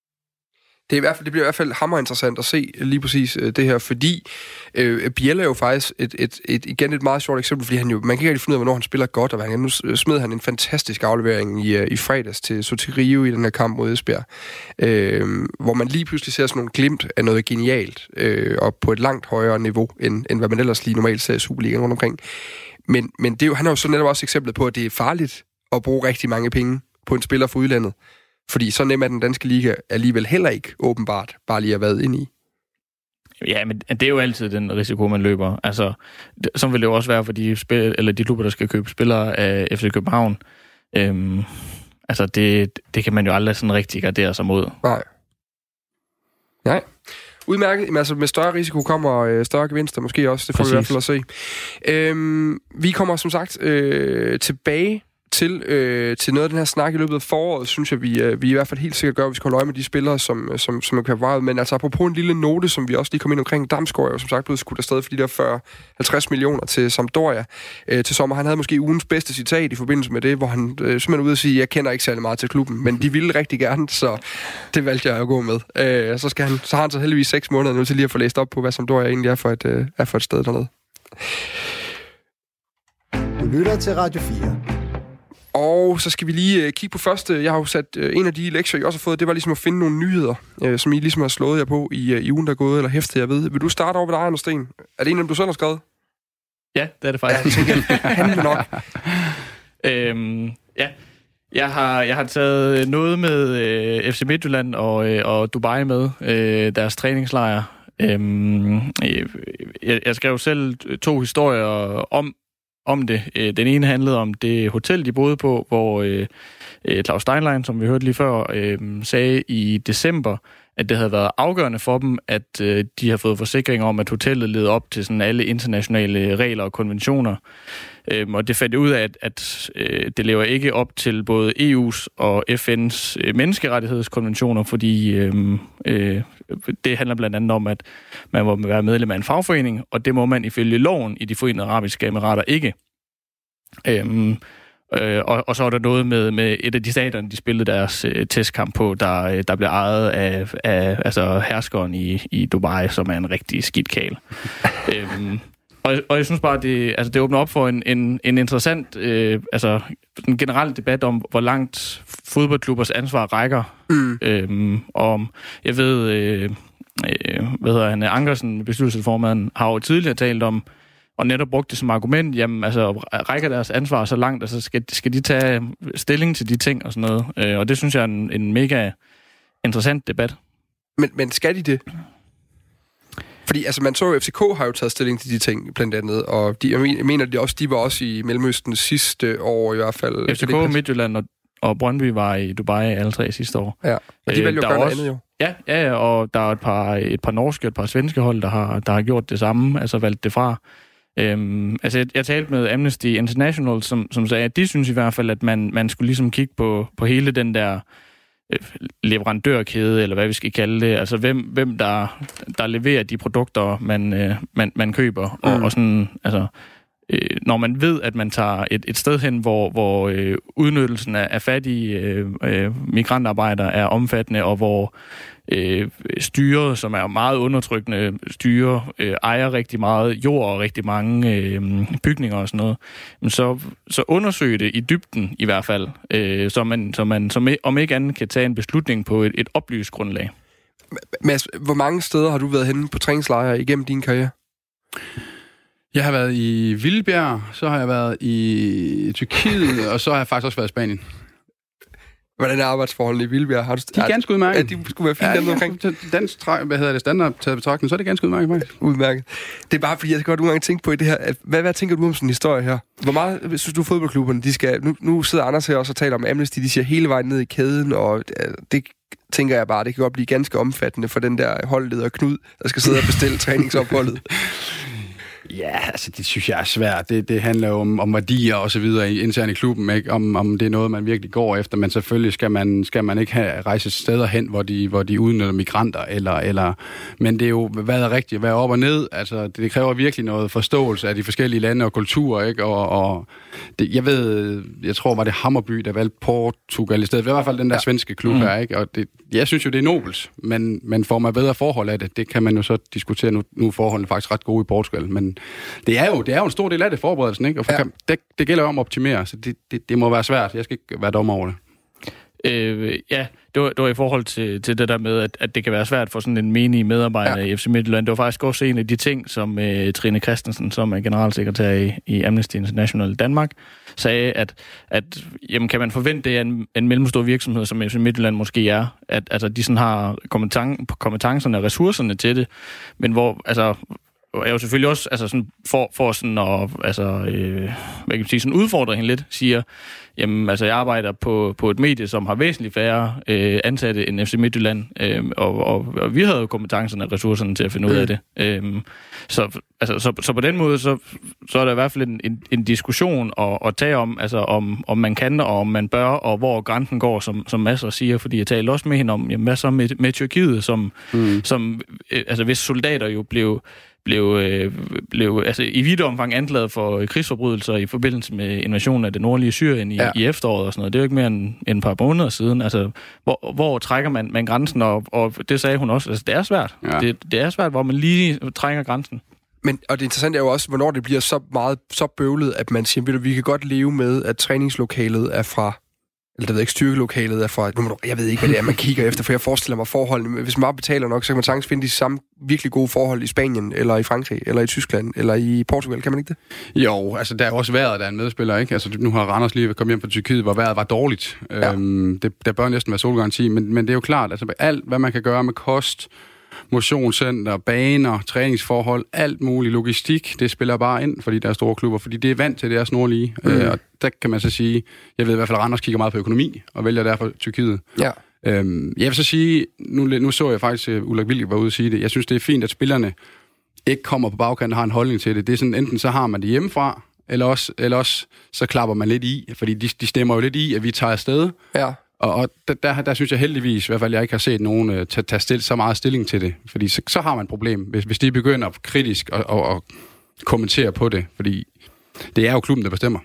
Det, er i hvert fald, det bliver i hvert fald hammerinteressant at se lige præcis øh, det her, fordi øh, Biel er jo faktisk et, et, et, igen et meget sjovt eksempel, fordi han jo, man kan ikke rigtig finde ud af, hvornår han spiller godt, og han, nu smed han en fantastisk aflevering i, i fredags til Sotirio i den her kamp mod Esbjerg, øh, hvor man lige pludselig ser sådan nogle glimt af noget genialt, øh, og på et langt højere niveau, end, end hvad man ellers lige normalt ser i Superligaen rundt omkring. Men, men det er jo, han er jo så netop også eksemplet på, at det er farligt at bruge rigtig mange penge på en spiller fra udlandet. Fordi så nemt er den danske liga alligevel heller ikke åbenbart bare lige har været inde i. Ja, men det er jo altid den risiko, man løber. Altså, som vil det jo også være for de, spil- eller de klubber, der skal købe spillere af F C København. Øhm, altså, det, det kan man jo aldrig sådan rigtig gardere sig mod. Nej. Nej. Udmærket. Jamen, altså, med større risiko kommer øh, større gevinster måske også. Det får Præcis. Vi i hvert fald at se. Øhm, vi kommer som sagt øh, tilbage til, øh, til noget af den her snak i løbet af foråret, synes jeg, vi, øh, vi i hvert fald helt sikkert gør, at vi skal holde øje med de spillere, som, som, som er kapablet. Men altså, apropos en lille note, som vi også lige kom ind omkring, Damsgaard er jo som sagt blevet skudt afsted for de der fyrre til halvtreds millioner til Sampdoria øh, til sommer. Han havde måske ugens bedste citat i forbindelse med det, hvor han øh, simpelthen ude at sige, jeg kender ikke særlig meget til klubben, men de ville rigtig gerne, så det valgte jeg at gå med. Øh, så, skal han, så har han så heldigvis seks måneder nu til lige at få læst op på, hvad Sampdoria egentlig er for et, øh, er for et sted dernede. Du lytter til Radio fire. Og så skal vi lige uh, kigge på første. Jeg har jo sat uh, en af de lektier, jeg også har fået, det var ligesom at finde nogle nyheder, uh, som I ligesom har slået jer på i, uh, i ugen, der er gået, eller hæftet jeg ved. Vil du starte over ved dig, Anders Sten? Er det en af dem, du selv har skrevet? Ja, det er det faktisk. Ja, han er nok. øhm, ja, jeg har, jeg har taget noget med øh, F C Midtjylland og, øh, og Dubai med, øh, deres træningslejr. Øhm, jeg, jeg skrev selv to historier om om det. Den ene handlede om det hotel, de boede på, hvor øh, Claus Steinlein, som vi hørte lige før, øh, sagde i december, at det havde været afgørende for dem, at øh, de har fået forsikring om, at hotellet led op til sådan alle internationale regler og konventioner. Øh, og det fandt ud af, at, at øh, det lever ikke op til både E U's og F N's øh, menneskerettighedskonventioner, fordi øh, øh, det handler blandt andet om, at man må være medlem af en fagforening, og det må man ifølge loven i de Forenede Arabiske Emirater ikke. Øhm, øh, og, og så er der noget med, med et af de staterne, de spillede deres øh, testkamp på, der, der blev ejet af, af altså herskeren i, i Dubai, som er en rigtig skidt kæl. øhm, og, og jeg synes bare, det, altså, det åbner op for en, en, en interessant øh, altså, en generel debat om, hvor langt fodboldklubbers ansvar rækker. Mm. Øhm, om, jeg ved, øh, øh, hvad hedder han, Ankersen, bestyrelsesformanden, har jo tidligere talt om, og netop brugt det som argument, jamen altså, rækker deres ansvar så langt, altså skal, skal de tage stilling til de ting og sådan noget. Øh, og det synes jeg er en, en mega interessant debat. Men, men skal de det? Fordi altså, man så jo, F C K har jo taget stilling til de ting, blandt andet, og de, jeg mener, de, også, de var også i Mellemøsten sidste år i hvert fald. F C K, Midtjylland og, og Brøndby var i Dubai alle tre sidste år. Ja, og de valgte jo gøre noget andet jo. Ja, ja, og der er et par, et par norske og et par svenske hold, der har, der har gjort det samme, altså valgt det fra. Øhm, altså, jeg, jeg talte med Amnesty International, som, som sagde, at de synes i hvert fald, at man, man skulle ligesom kigge på, på hele den der øh, leverandørkæde, eller hvad vi skal kalde det. Altså, hvem, hvem der, der leverer de produkter, man, øh, man, man køber. Mm. Og, og sådan, altså, øh, når man ved, at man tager et, et sted hen, hvor, hvor øh, udnyttelsen af, af fattige øh, øh, migrantarbejdere er omfattende, og hvor Øh, styret, som er meget undertrykkende styre, øh, ejer rigtig meget jord og rigtig mange øh, bygninger og sådan noget, men så, så undersøg det i dybden i hvert fald, øh, så man, så man som om ikke andet kan tage en beslutning på et, et oplyst grundlag. Mads, hvor mange steder har du været henne på træningslejre igennem din karriere? Jeg har været i Vildbjerg, så har jeg været i Tyrkiet, og så har jeg faktisk også været i Spanien. Hvordan er arbejdsforholdene i Vildbjerg? Har du, de er ganske udmærket. Ja, de skulle være fint ja, omkring. Dansk, hvad hedder det, standard taget betragtning, så er det ganske udmærket faktisk. Udmærket. Det er bare fordi, jeg skal godt nogle gange tænke på i det her. At, hvad, hvad tænker du om sådan en historie her? Hvor meget synes du, fodboldklubberne, de skal... Nu, nu sidder Anders her også og taler om Amnesty, de siger hele vejen ned i kæden, og det tænker jeg bare, det kan godt blive ganske omfattende for den der holdleder Knud, der skal sidde og bestille træningsopholdet. Ja, altså det synes jeg er svært. Det, det handler jo om, om værdier og så videre internt i klubben, ikke? Om, om det er noget, man virkelig går efter, men selvfølgelig skal man, skal man ikke have rejse steder hen, hvor de, hvor de udnytter migranter, eller, eller, men det er jo, hvad er rigtigt, hvad er op og ned, altså det, det kræver virkelig noget forståelse af de forskellige lande og kulturer, ikke? Og, og det, jeg ved, jeg tror, var det Hammarby, der valgte Portugal i stedet, det var i hvert fald den der ja. svenske klub mm. her, ikke? Og det, jeg synes jo, det er nobelt, men, men får man bedre forhold af det, det kan man jo så diskutere, nu, nu er forholdene faktisk ret gode i Portugal, men det er jo, det er jo en stor del af det, forberedelsen, ikke? Og for, ja. kan, det, det gælder jo om at optimere, så det, det, det må være svært. Jeg skal ikke være dommer over det. Øh, ja, det var, det var i forhold til, til det der med, at, at det kan være svært for sådan en menig medarbejder ja. i F C Midtjylland. Det var faktisk også en af de ting, som uh, Trine Christensen, som er generalsekretær i, i Amnesty International Danmark, sagde, at, at jamen, kan man forvente, at en, en mellemstor virksomhed, som F C Midtjylland måske er, at altså, de sådan har kompetan- kompetencerne og ressourcerne til det, men hvor, altså, og jeg jo selvfølgelig også altså sådan, for, for sådan at altså, øh, hvad kan man sige, sådan udfordre hende lidt, siger, jamen altså jeg arbejder på, på et medie, som har væsentligt færre øh, ansatte end F C Midtjylland, øh, og, og, og vi havde jo kompetencerne og ressourcerne til at finde ud af det. Øh, så, altså, så, så på den måde, så, så er der i hvert fald en, en, en diskussion at, at tage om, altså om, om man kan, og om man bør, og hvor grænsen går, som, som masser siger, fordi jeg talte også med hende om, jamen hvad så med, med Tyrkiet, som, mm. som øh, altså hvis soldater jo blev blev, øh, blev altså, i vidt omfang anklaget for krigsforbrydelser i forbindelse med invasionen af det nordlige Syrien i, ja. i efteråret og sådan noget. Det er jo ikke mere end, end et par måneder siden. Altså, hvor, hvor trækker man, man grænsen? Og, og det sagde hun også. Altså, det er svært. Ja. Det, det er svært, hvor man lige trækker grænsen. Men, og det interessante er jo også, hvornår det bliver så meget så bøvlet, at man siger, at vi kan godt leve med, at træningslokalet er fra, eller der ved ikke, styrkelokalet er fra, jeg ved ikke, hvad det er, man kigger efter, for jeg forestiller mig forholdene. Hvis man bare betaler nok, så kan man sagtens finde de samme virkelig gode forhold i Spanien, eller i Frankrig, eller i Tyskland, eller i Portugal. Kan man ikke det? Jo, altså der er også vejret, der er en medspiller, ikke? Altså nu har Randers lige kommet hjem fra Tyrkiet, hvor vejret var dårligt. Ja. Øhm, det, der bør næsten være solgaranti, men, men det er jo klart, altså alt, hvad man kan gøre med kost, motionscenter, baner, træningsforhold, alt muligt logistik, det spiller bare ind for de der store klubber, fordi det er vant til, det er snorlige. Mm. Øh, og der kan man så sige, jeg ved i hvert fald, at Randers kigger meget på økonomi, og vælger derfor Tyrkiet. Ja. Øhm, jeg vil så sige, nu, nu så jeg faktisk, at Ulrik Wilke var ude at sige det, jeg synes, det er fint, at spillerne ikke kommer på bagkanten og har en holdning til det. Det er sådan, enten så har man det hjemmefra, eller også, eller også så klapper man lidt i, fordi de, de stemmer jo lidt i, at vi tager afsted. Ja. Og, og der, der, der synes jeg heldigvis, i hvert fald jeg ikke har set nogen uh, tage, tage stil, så meget stilling til det. Fordi så, så har man et problem, hvis, hvis de begynder kritisk at, at, at kommentere på det. Fordi det er jo klubben, der bestemmer.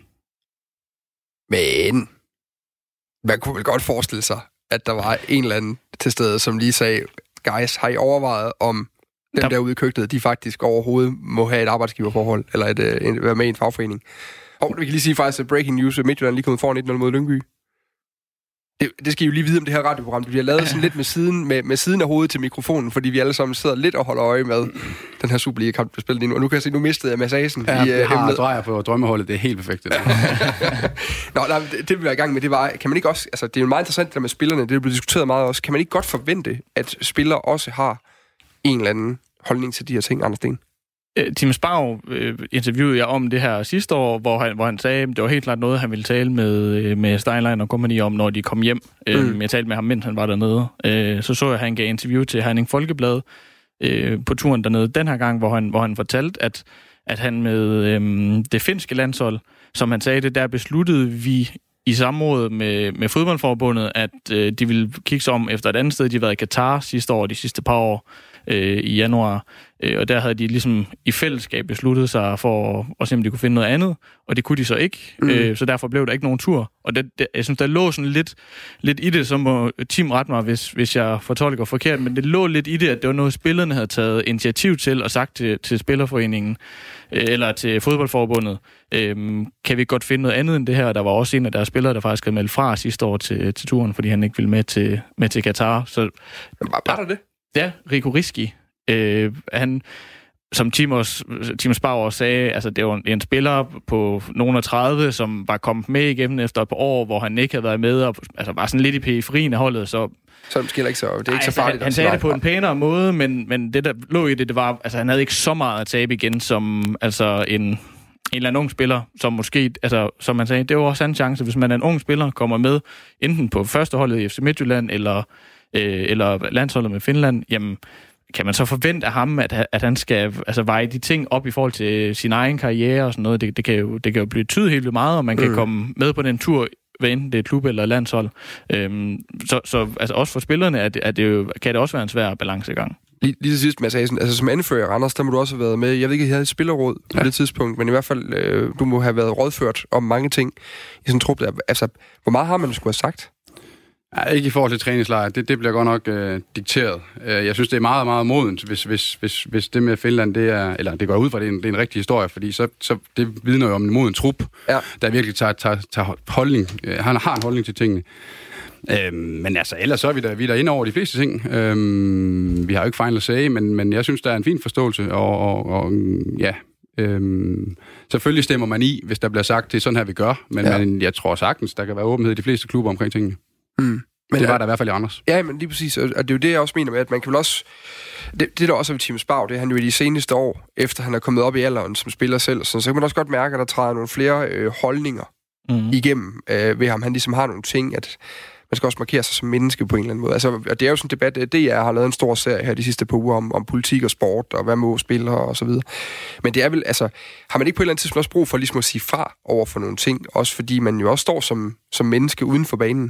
Men man kunne vel godt forestille sig, at der var en eller anden til stede, som lige sagde, guys, har I overvejet, om dem der... derude i køkkenet, de faktisk overhovedet må have et arbejdsgiverforhold, eller et, en, være med i en fagforening? Og vi kan lige sige faktisk, at breaking news, at Midtjylland lige kommet foran et nul mod Lyngby. Det, det skal I jo lige vide om det her radioprogram. Det bliver lavet sådan lidt med siden, med, med siden af hovedet til mikrofonen, fordi vi alle sammen sidder lidt og holder øje med den her Superliga-kamp, der spiller lige nu. Og nu kan jeg se, nu mistede jeg massagen. Ja, i, jeg har drejer på drømmeholdet. Det er helt perfekt. Det Nå, nej, det, det vi var i gang med, det var, kan man ikke også, altså det er jo meget interessant det der med spillerne, det er blevet diskuteret meget også. Kan man ikke godt forvente, at spillere også har en eller anden holdning til de her ting, Anders Sten? Tim Sparv øh, interviewede jeg om det her sidste år, hvor han, hvor han sagde, at det var helt klart noget, han ville tale med, med Steinlein og company om, når de kom hjem. Mm. Øh, jeg talte med ham, mens han var dernede. Øh, så så jeg, at han gav interview til Herning Folkeblad øh, på turen dernede den her gang, hvor han, hvor han fortalte, at, at han med øh, det finske landshold, som han sagde det, der besluttede vi i samråd med, med fodboldforbundet, at øh, de ville kigge sig om efter et andet sted. De har været i Katar sidste år, de sidste par år, øh, i januar. Øh, og der havde de ligesom i fællesskab besluttet sig for at, at se, om de kunne finde noget andet. Og det kunne de så ikke. Mm. Øh, så derfor blev der ikke nogen tur. Og det, det, jeg synes, der lå sådan lidt, lidt i det, så må Tim rette mig, hvis, hvis jeg fortolker forkert, men det lå lidt i det, at det var noget, spillerne havde taget initiativ til og sagt til, til Spillerforeningen, øh, eller til fodboldforbundet, øh, kan vi godt finde noget andet end det her? Der var også en af deres spillere, der faktisk havde meldt fra sidste år til, til turen, fordi han ikke ville med til, med til Katar. Så, var, var der det? Ja, Rico Risky. Øh, han, som Timos, Timos Bauer sagde, altså det var en spiller på nogen af tredive, som var kommet med igennem efter et par år, hvor han ikke havde været med, og altså var sådan lidt i periferien af holdet, så... Så det måske ikke så, det er ikke ej, så farligt. Han, han sagde det på en pænere måde, men, men det, der lå i det, det var, altså han havde ikke så meget at tabe igen, som altså en... en eller anden ung spiller, som måske, altså, som man sagde, det var også en chance, hvis man er en ung spiller, kommer med enten på førsteholdet i F C Midtjylland, eller, øh, eller landsholdet med Finland, jamen, kan man så forvente af ham, at, at han skal altså, veje de ting op i forhold til sin egen karriere og sådan noget? Det, det, kan, jo, det kan jo blive tydet helt vildt meget, og man kan mm. komme med på den tur, hvad enten det er klub eller landshold. Øhm, så så altså, også for spillerne er det, er det jo, kan det også være en svær balancegang. Lige, lige til sidst, Mads Asen, altså som anfører Randers, der må du også have været med. Jeg ved ikke, at jeg havde et spillerråd på ja. det tidspunkt, men i hvert fald, øh, du må have været rådført om mange ting i sådan en trup der. Altså, hvor meget har man skulle have sagt? Ja, ikke i forhold til træningslejr. Det, det bliver godt nok øh, dikteret. Jeg synes, det er meget, meget modent, hvis, hvis, hvis, hvis det med Finland, det er, eller det går ud fra, det er en, det er en rigtig historie, fordi så, så det vidner jo om en moden trup, ja. der virkelig tager, tager, tager holdning. Han har en holdning til tingene. Øhm, men altså, ellers så er vi der, vi er der inde over de fleste ting. Øhm, vi har jo ikke final say, men, men jeg synes, der er en fin forståelse, og, og, og ja... Øhm, selvfølgelig stemmer man i, hvis der bliver sagt, det er sådan her, vi gør, men, ja. men jeg tror sagtens, der kan være åbenhed i de fleste klubber omkring tingene. Mm. Men det var der i hvert fald i Randers. Ja, men lige præcis, og det er jo det, jeg også mener med, at man kan vel også... Det, det der også er ved Tim Sparv, det er han jo i de seneste år, efter han er kommet op i alderen som spiller selv, så, så kan man også godt mærke, at der træder nogle flere øh, holdninger mm. igennem øh, ved ham. Han ligesom har nogle ting, at man skal også markere sig som menneske på en eller anden måde. Altså, og det er jo sådan en debat, D R har lavet en stor serie her de sidste par uger om, om politik og sport, og hvad må spillere og så videre. Men det er vel, altså, har man ikke på et eller andet tidspunkt også brug for ligesom at sige fra over for nogle ting, også fordi man jo også står som, som menneske uden for banen?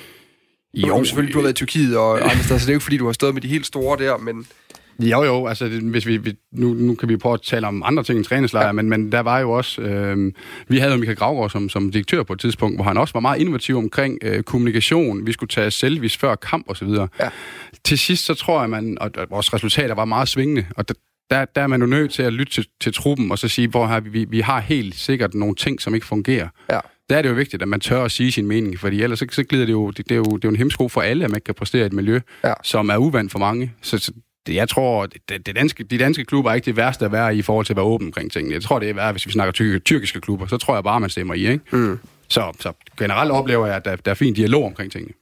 Jo, selvfølgelig, du har været i Tyrkiet og andre steder, så det er jo ikke, fordi du har stået med de helt store der, men... Jo, jo, altså hvis vi, vi nu, nu kan vi prøve at tale om andre ting end træningslejre, ja. men, men der var jo også, øh, vi havde jo Michael Gravgaard som, som direktør på et tidspunkt, hvor han også var meget innovativ omkring øh, kommunikation, vi skulle tage selvis før kamp og så videre. Ja. Til sidst så tror jeg, man, og, og vores resultater var meget svingende, og der, der, der er man jo nødt til at lytte til, til truppen og så sige, hvor her, vi, vi har helt sikkert nogle ting, som ikke fungerer. Ja. Der er det jo vigtigt, at man tør at sige sin mening, fordi ellers så, så glider det jo, det, det er jo, det er jo en hemsko for alle, at man ikke kan præstere i et miljø, ja. som er uvandt for mange. Så, så det, jeg tror, det, det danske, de danske klubber er ikke det værste at være i forhold til at være åben omkring tingene. Jeg tror, det er værre, hvis vi snakker tyr, tyrkiske klubber, så tror jeg bare, man stemmer i, ikke? Mm. Så, så generelt oplever jeg, at der, der er fin dialog omkring tingene.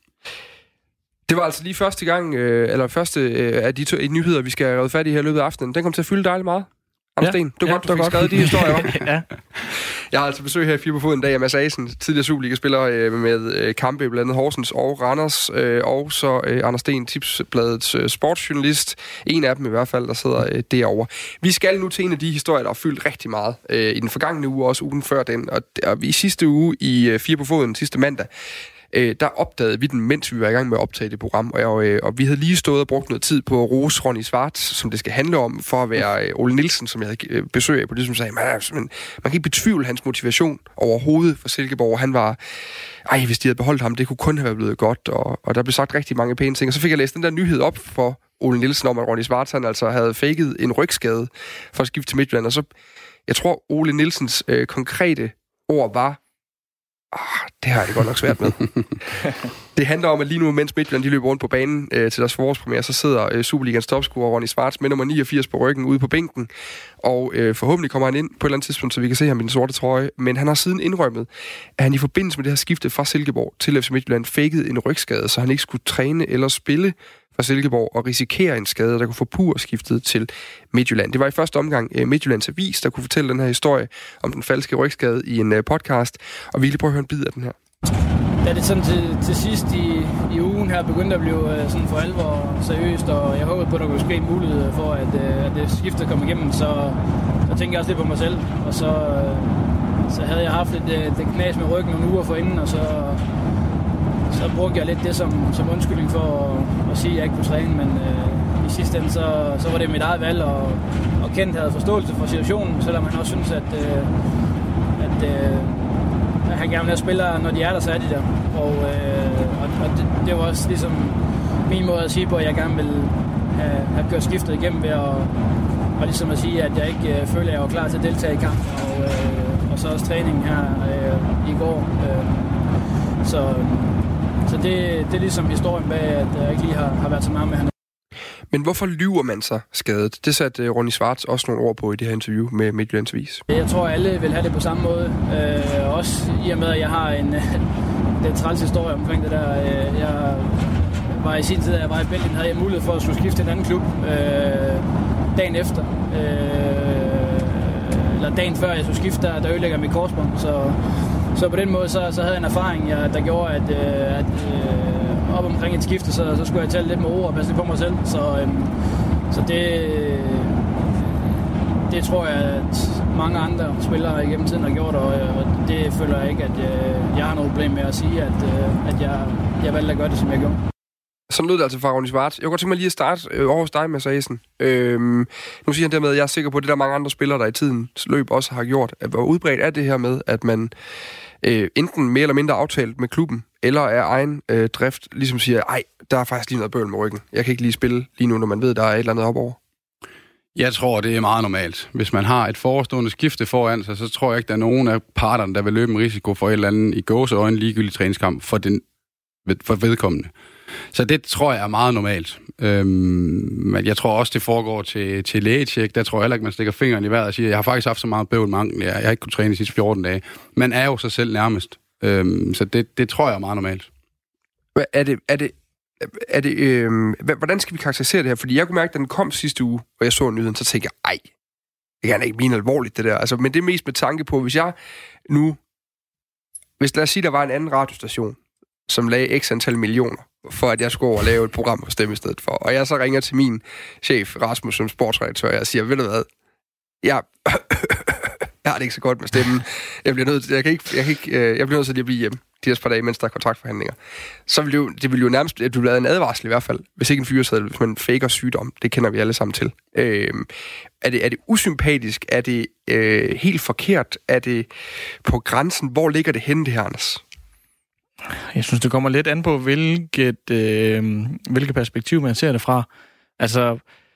Det var altså lige første gang, øh, eller første øh, af de to de nyheder, vi skal have reddet fat i her i løbet af aftenen. Den kom til at fylde dejligt meget. Anders Sten, det var ja, godt, du fik skrevet de historier om. ja. Jeg har altså besøg her i Fire på Foden i dag af Mads Asen, tidligere Superliga-spiller øh, med øh, kampe blandt andet Horsens og Randers, øh, og så øh, Anders Sten, Tipsbladets øh, sportsjournalist. En af dem i hvert fald, der sidder øh, derovre. Vi skal nu til en af de historier, der har fyldt rigtig meget øh, i den forgangne uge, også ugen før den. Og, og i sidste uge i øh, Fire på Foden, sidste mandag, Øh, der opdagede vi den, mens vi var i gang med at optage det program, og, øh, og vi havde lige stået og brugt noget tid på at rose Ronny Schwartz, som det skal handle om, for at være øh, Ole Nielsen, som jeg havde øh, besøg af på det, som sagde, man, man, man kan ikke betvivle hans motivation overhovedet for Silkeborg. Han var, ej, hvis de havde beholdt ham, det kunne kun have blevet godt, og, og der blev sagt rigtig mange pæne ting. Og så fik jeg læst den der nyhed op for Ole Nielsen om, at Ronny Schwartz, han altså havde faked en rygskade for at skifte til Midtjylland, og så, jeg tror, Ole Nielsens øh, konkrete ord var, Ah, det har jeg godt nok svært med. Det handler om, at lige nu, mens Midtjylland de løber rundt på banen øh, til deres forårspremiere, så sidder øh, Superligans topscorer Ronny Schwartz med nummer niogfirs på ryggen ude på bænken, og øh, forhåbentlig kommer han ind på et eller andet tidspunkt, så vi kan se ham i den sorte trøje. Men han har siden indrømmet, at han i forbindelse med det her skifte fra Silkeborg til F C Midtjylland fakede en rygskade, så han ikke skulle træne eller spille for Silkeborg og risikere en skade, der kunne forpurre skiftet til Midtjylland. Det var i første omgang uh, Midtjyllands Avis, der kunne fortælle den her historie om den falske rygskade i en uh, podcast, og vi vil lige prøve at høre en bid af den her. Da det sådan til, til sidst i, i ugen her begyndte at blive uh, sådan for alvor seriøst, og jeg håbede på, at der kunne ske en mulighed for, at, uh, at det skiftet kom igennem, så, så tænkte jeg også lidt på mig selv, og så, uh, så havde jeg haft et, et knas med ryggen nogle uger forinden, og så Så brugte jeg lidt det som, som undskyldning for at, at sige, at jeg ikke kunne træne, men øh, i sidste ende, så, så var det mit eget valg, og, og Kent havde forståelse for situationen, selvom han også synes, at, øh, at, øh, at han gerne vil have spillere, når de er der, så er de der. Og, øh, og, og det, det var også ligesom min måde at sige på, at jeg gerne vil have, have gjort skiftet igennem ved at, og ligesom at sige, at jeg ikke øh, føler, at jeg var klar til at deltage i kampen, og, øh, og så også træningen her øh, i går. Øh, så... Så det, det er ligesom historien bag, at jeg ikke lige har, har været så meget med ham. Men hvorfor lyver man sig skadet? Det satte Ronny Schwartz også nogle ord på i det her interview med Midtjyllands Avis. Jeg tror, alle vil have det på samme måde. Øh, også i og med, at jeg har en den træls historie omkring det der. Jeg var i sin tid, da jeg var i Belgien, havde jeg mulighed for at skulle skifte til en anden klub øh, dagen efter. Øh, eller dagen før jeg skulle skifte, der, der ødelægger mit korsbånd. Så Så på den måde, så, så havde jeg en erfaring, jeg, der gjorde, at, øh, at øh, op omkring et skifte, så, så skulle jeg tale lidt med ord og passe lidt på mig selv. Så, øh, så det, det tror jeg, at mange andre spillere igennem tiden har gjort, og, og det føler jeg ikke, at øh, jeg har noget problem med at sige, at, øh, at jeg, jeg valgte at gøre det, som jeg gjorde. Sådan lød det altså fra Ronny Schwartz. Jeg kunne godt tænke mig lige at starte øh, over hos dig, Mads Asen. Øhm, nu siger han dermed, at jeg er sikker på, at det der mange andre spillere, der i tidens løb også har gjort. At hvor udbredt er det her med, at man øh, enten mere eller mindre aftalt med klubben, eller er egen øh, drift, ligesom siger, ej, der er faktisk lige noget bøvl med ryggen. Jeg kan ikke lige spille lige nu, når man ved, der er et eller andet op over. Jeg tror, det er meget normalt. Hvis man har et forestående skifte foran sig, så tror jeg ikke, der er nogen af parterne, der vil løbe en risiko for et eller andet i gåseøjne ligegyldig træningskamp for, den, for vedkommende. Så det tror jeg er meget normalt. Øhm, men jeg tror også, det foregår til, til lægetjek. Der tror jeg heller ikke, man stikker fingeren i vejret og siger, jeg har faktisk haft så meget bøvlmangel, jeg, jeg har ikke kunnet træne de sidste fjorten dage. Man er jo sig selv nærmest. Øhm, så det, det tror jeg er meget normalt. Er det, er det er det, øh, hvordan skal vi karakterisere det her? Fordi jeg kunne mærke, at den kom sidste uge, og jeg så nyheden, så tænkte jeg, ej, det kan ikke blive alvorligt, det der. Altså, men det er mest med tanke på, hvis jeg nu... Hvis lad os sige, der var en anden radiostation, som lagde x antal millioner, for at jeg skulle over og lave et program på Stemme i stedet for, og jeg så ringer til min chef, Rasmus, som sportsredaktør, og jeg siger, ved du hvad, jeg, jeg har det ikke så godt med stemmen. Jeg bliver nødt til, jeg kan ikke, jeg kan ikke, jeg bliver nødt til at blive hjemme de her par dage, mens der er kontraktforhandlinger. Så vil det jo, det vil jo nærmest, det vil have en advarsel i hvert fald, hvis ikke en fyreseddel, hvis man faker sygdom. Det kender vi alle sammen til. Øh, er, det, er det usympatisk? Er det øh, helt forkert? Er det på grænsen? Hvor ligger det henne, det her, Anders? Jeg synes, det kommer lidt an på, hvilket, øh, hvilket perspektiv man ser det fra. Altså,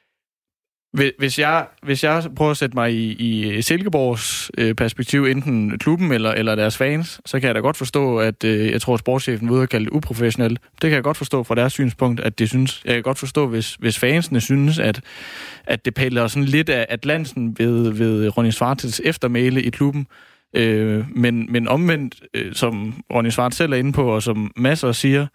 hvis jeg, hvis jeg prøver at sætte mig i, i Silkeborgs øh, perspektiv, enten klubben eller, eller deres fans, så kan jeg da godt forstå, at øh, jeg tror, at sportschefen vil ud og kalde det uprofessionelt. Det kan jeg godt forstå fra deres synspunkt, at de synes. Jeg kan godt forstå, hvis, hvis fansene synes, at, at det piller sådan lidt af Atlansen ved, ved Ronny Schwartz' eftermæle i klubben. Øh, men, men omvendt, øh, som Ronny Schwartz selv er inde på, og som masser siger,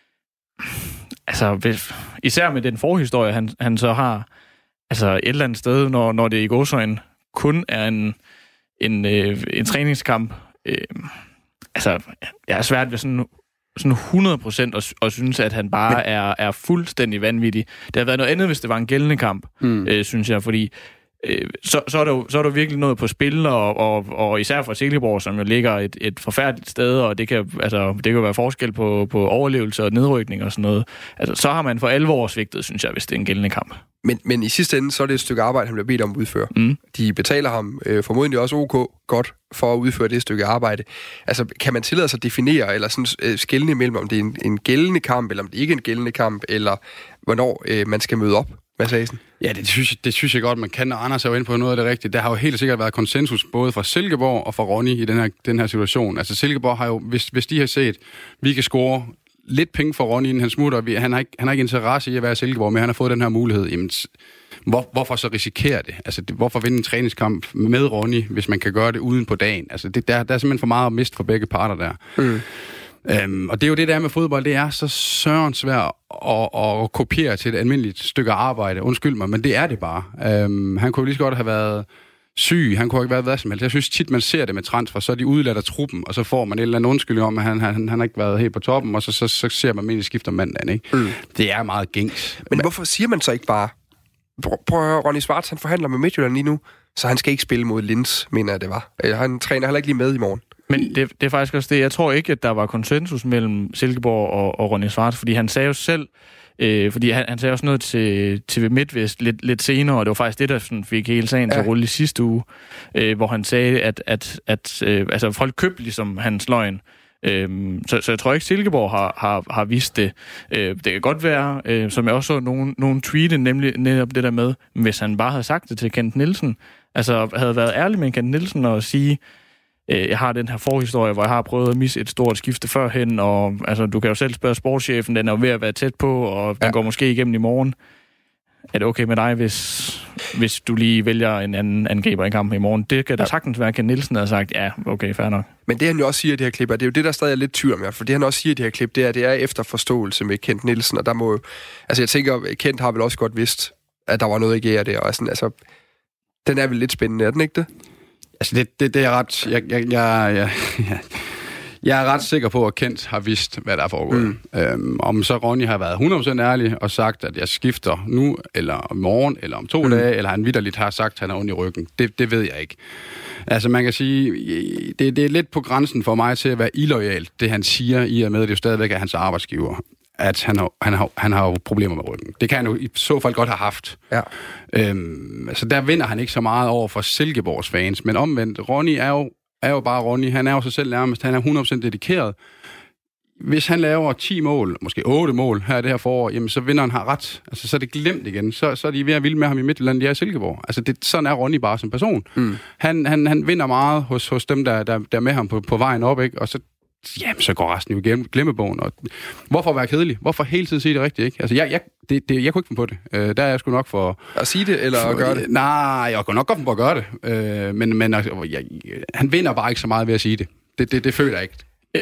altså hvis, især med den forhistorie, han, han så har, altså et eller andet sted, når, når det i gåseøjne kun er en, en, øh, en træningskamp, øh, altså jeg er svært ved sådan, sådan hundrede procent at, at synes, at han bare men... er, er fuldstændig vanvittig. Det har været noget andet, hvis det var en gældende kamp, mm. øh, synes jeg, fordi Så, så, er der jo, så er der virkelig noget på spil, og, og, og især for Silkeborg, som jo ligger et, et forfærdeligt sted, og det kan, altså, det kan være forskel på, på overlevelse og nedrykning og sådan noget. Altså, så har man for alvor svigtet, synes jeg, hvis det er en gældende kamp. Men, men i sidste ende, så er det et stykke arbejde, han bliver bedt om at udføre. Mm. De betaler ham øh, formodentlig også ok godt for at udføre det stykke arbejde. Altså, kan man tillade sig at definere, eller sådan øh, skelne imellem, om det er en, en gældende kamp, eller om det ikke er en gældende kamp, eller hvornår øh, man skal møde op? Hvad sagde I? Ja, det synes, det synes jeg godt, man kan, og Anders er jo inde på noget af det rigtige. Der har jo helt sikkert været konsensus både fra Silkeborg og fra Ronny i den her, den her situation. Altså Silkeborg har jo, hvis, hvis de har set, vi kan score lidt penge for Ronny, inden han smutter, vi, han, har ikke, han har ikke interesse i at være Silkeborg, men han har fået den her mulighed. Jamen, hvor, hvorfor så risikere det? Altså, det, hvorfor vinde en træningskamp med Ronny, hvis man kan gøre det uden på dagen? Altså, det, der, der er simpelthen for meget at miste for begge parter der. Mm. Øhm, og det er jo det der med fodbold, det er så sørens svært at, at kopiere til et almindeligt stykke arbejde. Undskyld mig, men det er det bare. Øhm, han kunne jo lige så godt have været syg, han kunne ikke have været hvad som helst. Jeg synes tit, man ser det med transfer, så er de udladt af truppen, og så får man en eller anden undskyldning om, at han, han, han har ikke været helt på toppen, og så, så, så ser man, at man skifter mandagen, ikke? Mm. Det er meget gængs. Men hvorfor siger man så ikke bare, prøv at høre, Ronny Schwartz, han forhandler med Midtjylland lige nu, så han skal ikke spille mod Linz, mener jeg det var. Han træner heller ikke lige med i morgen. Men det, det er faktisk også det. Jeg tror ikke, at der var konsensus mellem Silkeborg og, og Ronny Schwartz, fordi han sagde jo selv, øh, fordi han, han sagde også noget til T V Midtvest lidt, lidt senere, og det var faktisk det, der sådan fik hele sagen til at rulle i sidste uge, øh, hvor han sagde, at, at, at øh, altså, folk købte ligesom hans løgn. Øh, så, så jeg tror ikke, Silkeborg har, har, har vist det. Øh, det kan godt være, øh, som jeg også så nogen, nogen tweete, nemlig netop det der med, hvis han bare havde sagt det til Kent Nielsen, altså havde været ærlig med Kent Nielsen og sige, jeg har den her forhistorie, hvor jeg har prøvet at misse et stort skifte førhen, og altså, du kan jo selv spørge sportschefen, den er jo ved at være tæt på, og den ja. går måske igennem i morgen. Er det okay med dig, hvis, hvis du lige vælger en anden angriber i kampen i morgen? Det kan da ja. sagtens være, at Ken Nielsen har sagt, ja, okay, fair nok. Men det han jo også siger i det her klip, og det er jo det, der stadig er lidt tvivl om, for det han også siger i det her klip, det er, det er efter forståelse med Kent Nielsen, og der må jo, altså jeg tænker, Kent har vel også godt vidst, at der var noget ikke der, og sådan, altså, den er vel lidt spændende, er den ikke det? Altså, det, det, det er ret... Jeg, jeg, jeg, jeg, jeg er ret sikker på, at Kent har vidst, hvad der er foregået. Mm. Øhm, om så Ronny har været hundrede procent ærlig og sagt, at jeg skifter nu, eller om morgen, eller om to mm. dage, eller han vitterligt har sagt, at han er ondt i ryggen. Det, det ved jeg ikke. Altså, man kan sige, det, det er lidt på grænsen for mig til at være illoyalt, det han siger, i og med, at det jo stadigvæk er hans arbejdsgiver, at han har, han, har, han har jo problemer med ryggen. Det kan han jo i så fald godt have haft. Ja. Øhm, så der vinder han ikke så meget over for Silkeborgs fans, men omvendt, Ronny er jo, er jo bare Ronny. Han er jo sig selv nærmest. Han er hundrede procent dedikeret. Hvis han laver ti mål, måske otte mål her i det her forår, jamen så vinder han har ret. Altså, så er det glemt igen. Så, så er de ved at vilde med ham i Midtjylland, de er i Silkeborg. Altså, det, sådan er Ronny bare som person. Mm. Han, han, han vinder meget hos, hos dem, der, der, der er med ham på, på vejen op, ikke? Og så jamen, så går resten jo igennem glemmebogen. Og hvorfor være kedelig? Hvorfor hele tiden sige det rigtigt, ikke? Altså, jeg, jeg, det, det, jeg kunne ikke finde på det. Øh, der er jeg sgu nok for... At sige det, eller for, at gøre det? Nej, jeg kunne nok godt finde på at gøre det. Øh, men men altså, jeg, han vinder bare ikke så meget ved at sige det. Det, det, det føler jeg ikke.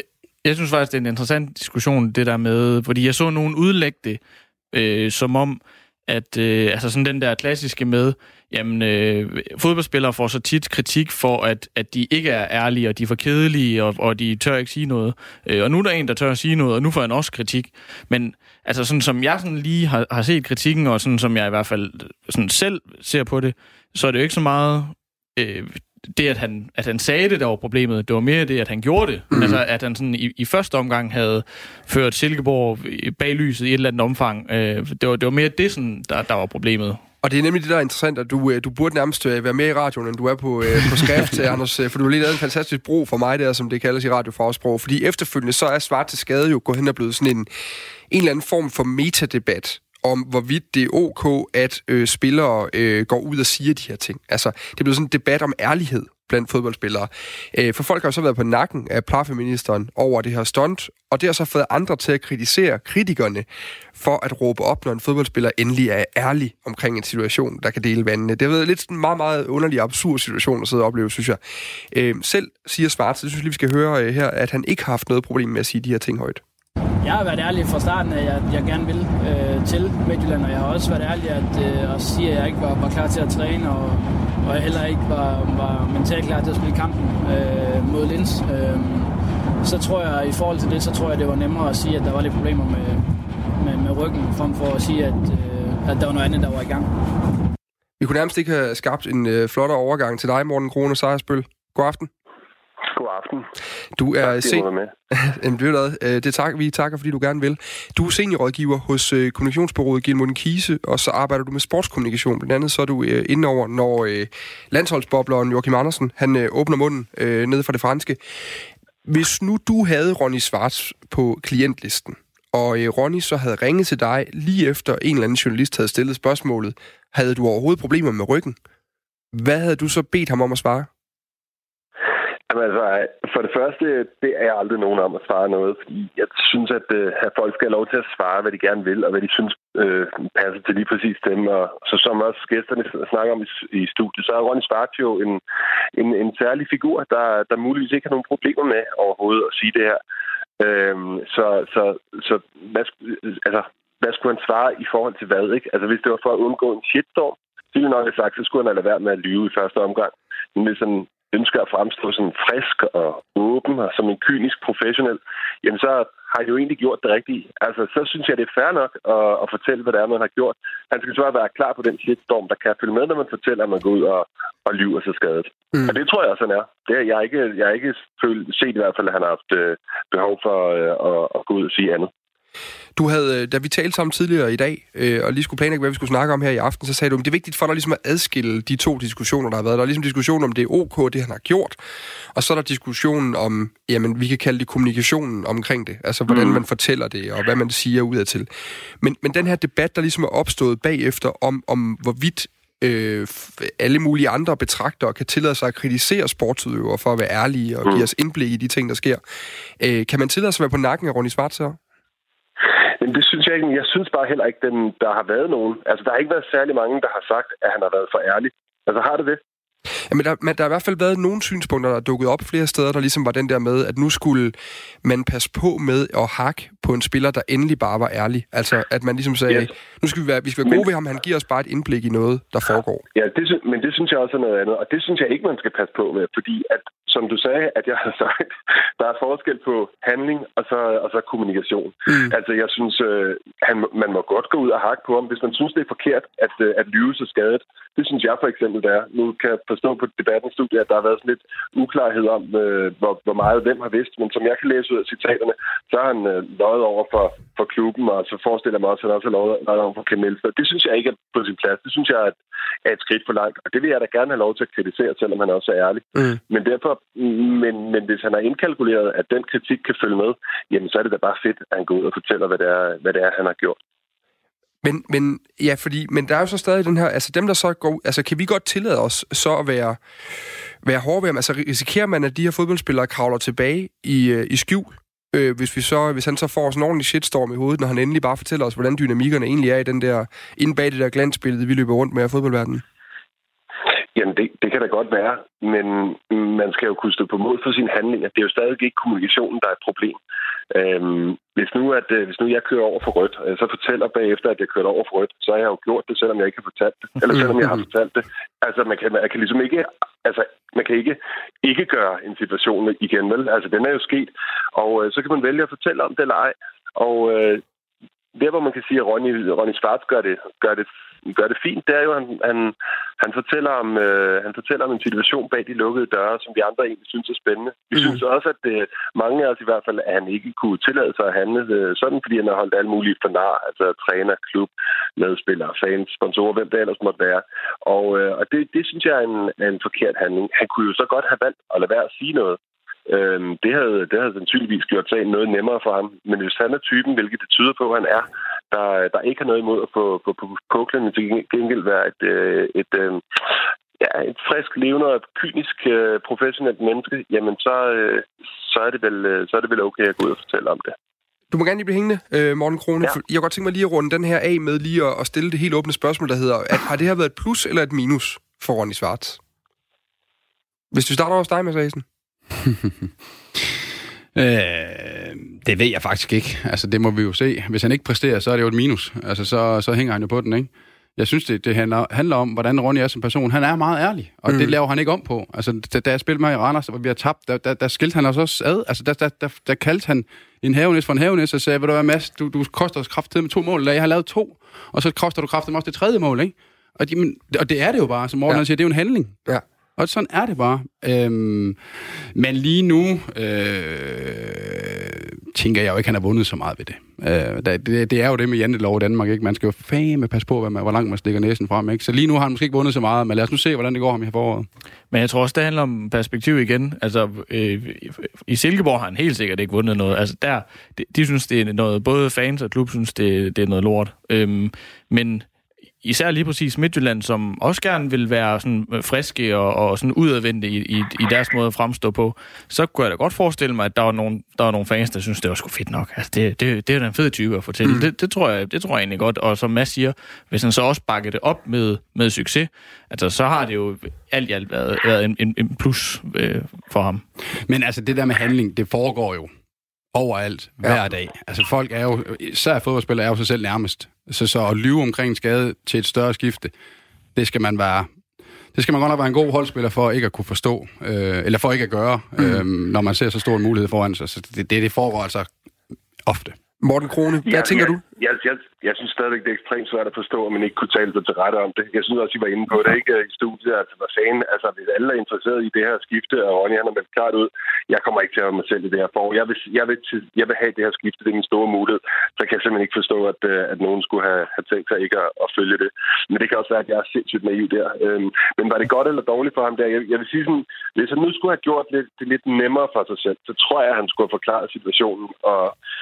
Jeg synes faktisk, det er en interessant diskussion, det der med, fordi jeg så nogen udlægge det, øh, som om, at øh, altså sådan den der klassiske med, jamen øh, fodboldspillere får så tit kritik for, at, at de ikke er ærlige, og de er for kedelige, og, og de tør ikke sige noget. Øh, og nu er der en, der tør at sige noget, og nu får han også kritik. Men altså sådan som jeg sådan lige har, har set kritikken, og sådan som jeg i hvert fald sådan selv ser på det, så er det jo ikke så meget øh, det, at han, at han sagde det, der var problemet. Det var mere det, at han gjorde det. Mm. Altså, at han sådan i, i første omgang havde ført Silkeborg bag lyset i et eller andet omfang. Øh, det, var, det var mere det, sådan, der, der var problemet. Og det er nemlig det, der er interessant, at du, du burde nærmest være mere i radioen, end du er på, på skrift, Anders, for du har lige lavet en fantastisk bro for mig der, som det kaldes i radiofagsprog, fordi efterfølgende så er Svart til skade jo gået hen og blevet sådan en, en eller anden form for metadebat om, hvorvidt det er ok, at øh, spillere øh, går ud og siger de her ting. Altså, det er blevet sådan en debat om ærlighed blandt fodboldspillere. Øh, for folk har jo så været på nakken af plafeministeren over det her stunt, og det har så fået andre til at kritisere kritikerne for at råbe op, når en fodboldspiller endelig er ærlig omkring en situation, der kan dele vandene. Det har været lidt en meget, meget underlig og absurd situation at sidde og opleve, synes jeg. Øh, selv siger Svart, så synes jeg lige, vi skal høre øh, her, at han ikke har haft noget problem med at sige de her ting højt. Jeg har været ærlig fra starten, at jeg, jeg gerne vil øh, til Midtjylland, og jeg har også været ærlig at, øh, at sige, at jeg ikke var, var klar til at træne, og, og jeg heller ikke var, var mentalt klar til at spille kampen øh, mod Linz. Øh, så tror jeg, i forhold til det, så tror jeg, det var nemmere at sige, at der var lidt problemer med, med, med ryggen, frem for at sige, at, øh, at der var noget andet, der var i gang. Vi kunne nærmest ikke have skabt en øh, flottere overgang til dig, Morten Krone Sejersbøl. God aften. God aften. Du er tak, sen... Jamen, det det tak, vi takker, fordi du gerne vil. Du er seniorrådgiver hos øh, kommunikationsbureauet Gilmund Kise, og så arbejder du med sportskommunikation. Blandt andet så er du øh, inde over, når øh, landsholdsbobleren Joachim Andersen, han øh, åbner munden øh, nede fra det franske. Hvis nu du havde Ronny Schwarz på klientlisten, og øh, Ronny så havde ringet til dig lige efter en eller anden journalist havde stillet spørgsmålet, havde du overhovedet problemer med ryggen? Hvad havde du så bedt ham om at svare? Jamen altså, for det første, det er jeg aldrig nogen om at svare noget, fordi jeg synes, at, at folk skal have lov til at svare, hvad de gerne vil, og hvad de synes øh, passer til lige præcis dem. Og så som også gæsterne snakker om i, i studiet, så er Ronny Schwarz jo en, en, en særlig figur, der, der muligvis ikke har nogen problemer med overhovedet at sige det her. Øhm, så så, så hvad, altså, hvad skulle han svare i forhold til hvad, ikke? Altså, hvis det var for at undgå en shitstorm, så ville jeg nok have sagt, så skulle han lade være med at lyve i første omgang. Men hvis han ønsker at fremstå sådan frisk og åben og som en kynisk professionel, jamen så har jeg jo egentlig gjort det rigtige. Altså, så synes jeg, det er fair nok at, at fortælle, hvad det er, man har gjort. Han skal så være klar på den shitstorm, der kan følge med, når man fortæller, at man går ud og, og lyver sig skadet. Mm. Og det tror jeg også, han er. Det er jeg ikke, jeg har ikke følt, set i hvert fald, at han har haft øh, behov for øh, at, at gå ud og sige andet. Du havde, da vi talte sammen tidligere i dag, øh, og lige skulle planlægge, hvad vi skulle snakke om her i aften, så sagde du, at det er vigtigt for dig ligesom at adskille de to diskussioner, der har været. Der er ligesom diskussionen om, det er ok, det han har gjort, og så er der diskussionen om, jamen, vi kan kalde det kommunikationen omkring det. Altså, hvordan man fortæller det, og hvad man siger udadtil. Men, men den her debat, der ligesom er opstået bagefter, om, om hvorvidt øh, alle mulige andre betragtere kan tillade sig at kritisere sportsudøvere for at være ærlige og give os indblik i de ting, der sker. Øh, kan man tillade sig at være på nakken af Ronny Schwarz her? Men det synes jeg ikke. Jeg synes bare heller ikke, at der har været nogen. Altså, der har ikke været særlig mange, der har sagt, at han har været for ærlig. Altså, har det det? Jamen, der, men der har i hvert fald været nogle synspunkter, der er dukket op flere steder, der ligesom var den der med, at nu skulle man passe på med at hakke på en spiller, der endelig bare var ærlig. Altså, at man ligesom sagde, yes. nu skal vi være, vi skal være gode men, ved ham, han giver os bare et indblik i noget, der foregår. Ja, det, men det synes jeg også er noget andet, og det synes jeg ikke, man skal passe på med, fordi at, som du sagde, at jeg har sagt, der er forskel på handling og så, og så kommunikation. Mm. Altså, jeg synes, øh, han, man må godt gå ud og hakke på ham, hvis man synes, det er forkert at, øh, at lyve sig skadet. Det synes jeg for eksempel, det er. Nu kan jeg forstå på debattens studie, at der har været sådan lidt uklarhed om, øh, hvor, hvor meget hvem har vidst, men som jeg kan læse ud af citaterne, så har han øh, løjet over for, for klubben, og så forestiller jeg mig også, at han også har løjet over for Ken Nielsen. Det synes jeg ikke er på sin plads. Det synes jeg er et, er et skridt for langt, og det vil jeg da gerne have lov til at kritisere, selvom han også er ærlig. Mm. Men derfor, men, men hvis han har indkalkuleret, at den kritik kan følge med, jamen så er det da bare fedt, at han går ud og fortæller, hvad det er, hvad det er han har gjort. Men, men, ja, fordi, men der er jo så stadig den her, altså dem, der så går, altså kan vi godt tillade os så at være, være hårde ved ham? Altså risikerer man, at de her fodboldspillere kravler tilbage i, i skjul, øh, hvis, vi så, hvis han så får sådan en ordentlig shitstorm i hovedet, når han endelig bare fortæller os, hvordan dynamikkerne egentlig er i den der, inde bag det der glansbillede, vi løber rundt med af fodboldverdenen? Jamen, det, det kan da godt være, men man skal jo kunne stå på mål for sine handlinger. Det er jo stadig ikke kommunikationen, der er et problem. Øhm, hvis, nu, at, hvis nu jeg kører over for rødt, og jeg så fortæller bagefter, at jeg kører over for rødt, så har jeg jo gjort det, selvom jeg ikke har fortalt det. Eller selvom jeg har fortalt det. Altså, man kan, man kan ligesom ikke... Altså, man kan ikke, ikke gøre en situation igen, vel? Altså, den er jo sket. Og øh, så kan man vælge at fortælle om det eller ej. Og øh, der, hvor man kan sige, at Ronny, Ronny Schwartz gør det, gør det gør det fint, det er jo, at han, han, han, fortæller om, øh, han fortæller om en situation bag de lukkede døre, som de andre egentlig synes er spændende. Vi mm. synes også, at øh, mange af os i hvert fald, at han ikke kunne tillade sig at handle øh, sådan, fordi han har holdt alle mulige for nar, altså træner, klub, medspillere, fans, sponsorer, hvem det ellers måtte være. Og, øh, og det, det synes jeg er en, er en forkert handling. Han kunne jo så godt have valgt at lade være at sige noget. Øhm, det, havde, det havde sandsynligvis gjort sagen noget nemmere for ham. Men hvis han er typen, hvilket det tyder på, at han er, der, der ikke har noget imod at få på, på, på puklen, til gengæld være et, et, et, ja, et frisk, levende og kynisk professionelt menneske, jamen så, så, er det vel, så er det vel okay at gå ud og fortælle om det. Du må gerne lige blive hængende, øh, Morten Krone. Ja. Jeg kan godt tænke mig lige at runde den her af med lige at, at stille det helt åbne spørgsmål, der hedder, at, har det her været et plus eller et minus for Ronny Schwartz? Hvis du starter hos dig, Mads Asen. øh, det ved jeg faktisk ikke. Altså, det må vi jo se. Hvis han ikke præsterer, så er det jo et minus. Altså, så, så hænger han jo på den, ikke? Jeg synes, det, det handler, handler om, hvordan Ronny er som person. Han er meget ærlig, og mm. det laver han ikke om på. Altså, da, da jeg spillede med i Randers, og vi har tabt, der, der, der skilte han os også ad. Altså, der, der, der, der kaldte han en havenæs for en havenæs, og sagde, ved du hvad, Mads, du, du koster os kraftigt med to mål. Jeg har lavet to, og så koster du kraftigt med også det tredje mål, ikke? Og, de, men, og det er det jo bare, som Morten ja. siger, det er jo en handling. Ja. Og sådan er det bare. Øhm, men lige nu øh, tænker jeg jo ikke, at han har vundet så meget ved det. Øh, det. Det er jo det med jantelov i Danmark, ikke? Man skal jo fandme passe på, hvor langt man stikker næsen frem, ikke? Så lige nu har han måske ikke vundet så meget, men lad os nu se, hvordan det går ham i foråret. Men jeg tror også, det handler om perspektiv igen. Altså, øh, i Silkeborg har han helt sikkert ikke vundet noget. Altså, der, de, de synes, det er noget, både fans og klub synes, det, det er noget lort. Øhm, men især lige præcis Midtjylland, som også gerne vil være sådan friske og, og sådan udadvendte i, i, i deres måde at fremstå på, så kunne jeg da godt forestille mig, at der var nogle, der var nogle fans, der synes, det var sgu fedt nok. Altså, det, det, det er da en fed type at fortælle. Mm. Det, det, tror jeg, det tror jeg egentlig godt. Og som Mads siger, hvis han så også bakker det op med, med succes, altså, så har det jo alt i alt været, været en, en, en plus øh, for ham. Men altså, det der med handling, det foregår jo overalt, hver ja. dag. Altså folk er jo, især fodboldspillere er jo sig selv nærmest. Så, så at lyve omkring en skade til et større skifte, det skal man være, det skal man godt nok være en god holdspiller for ikke at kunne forstå, øh, eller for ikke at gøre, mm. øh, når man ser så stor en mulighed foran sig. Så det, det, det foregår altså ofte. Morten Krone, hvad ja, tænker ja, du? Jeg, jeg, jeg synes stadigvæk, det er ekstremt svært at forstå, at man ikke kunne tale sig til rette om det. Jeg synes også, I var inde på det, ikke i studiet, altså hvad fanden, altså hvis alle er interesseret i det her skifte, og Ronny han er meldt klart ud, jeg kommer ikke til at have mig selv i det her for. Jeg vil, jeg vil, jeg vil have det her skifte, det er min store mulighed, så kan jeg simpelthen ikke forstå, at, at nogen skulle have, have tænkt sig ikke at, at følge det. Men det kan også være, at jeg er sindssygt naiv der. Øhm, men var det godt eller dårligt for ham der? Jeg, jeg vil sige sådan, hvis han nu skulle have gjort det, det lidt nemmere for sig selv, så tror jeg, at han skulle have forklaret situationen, og,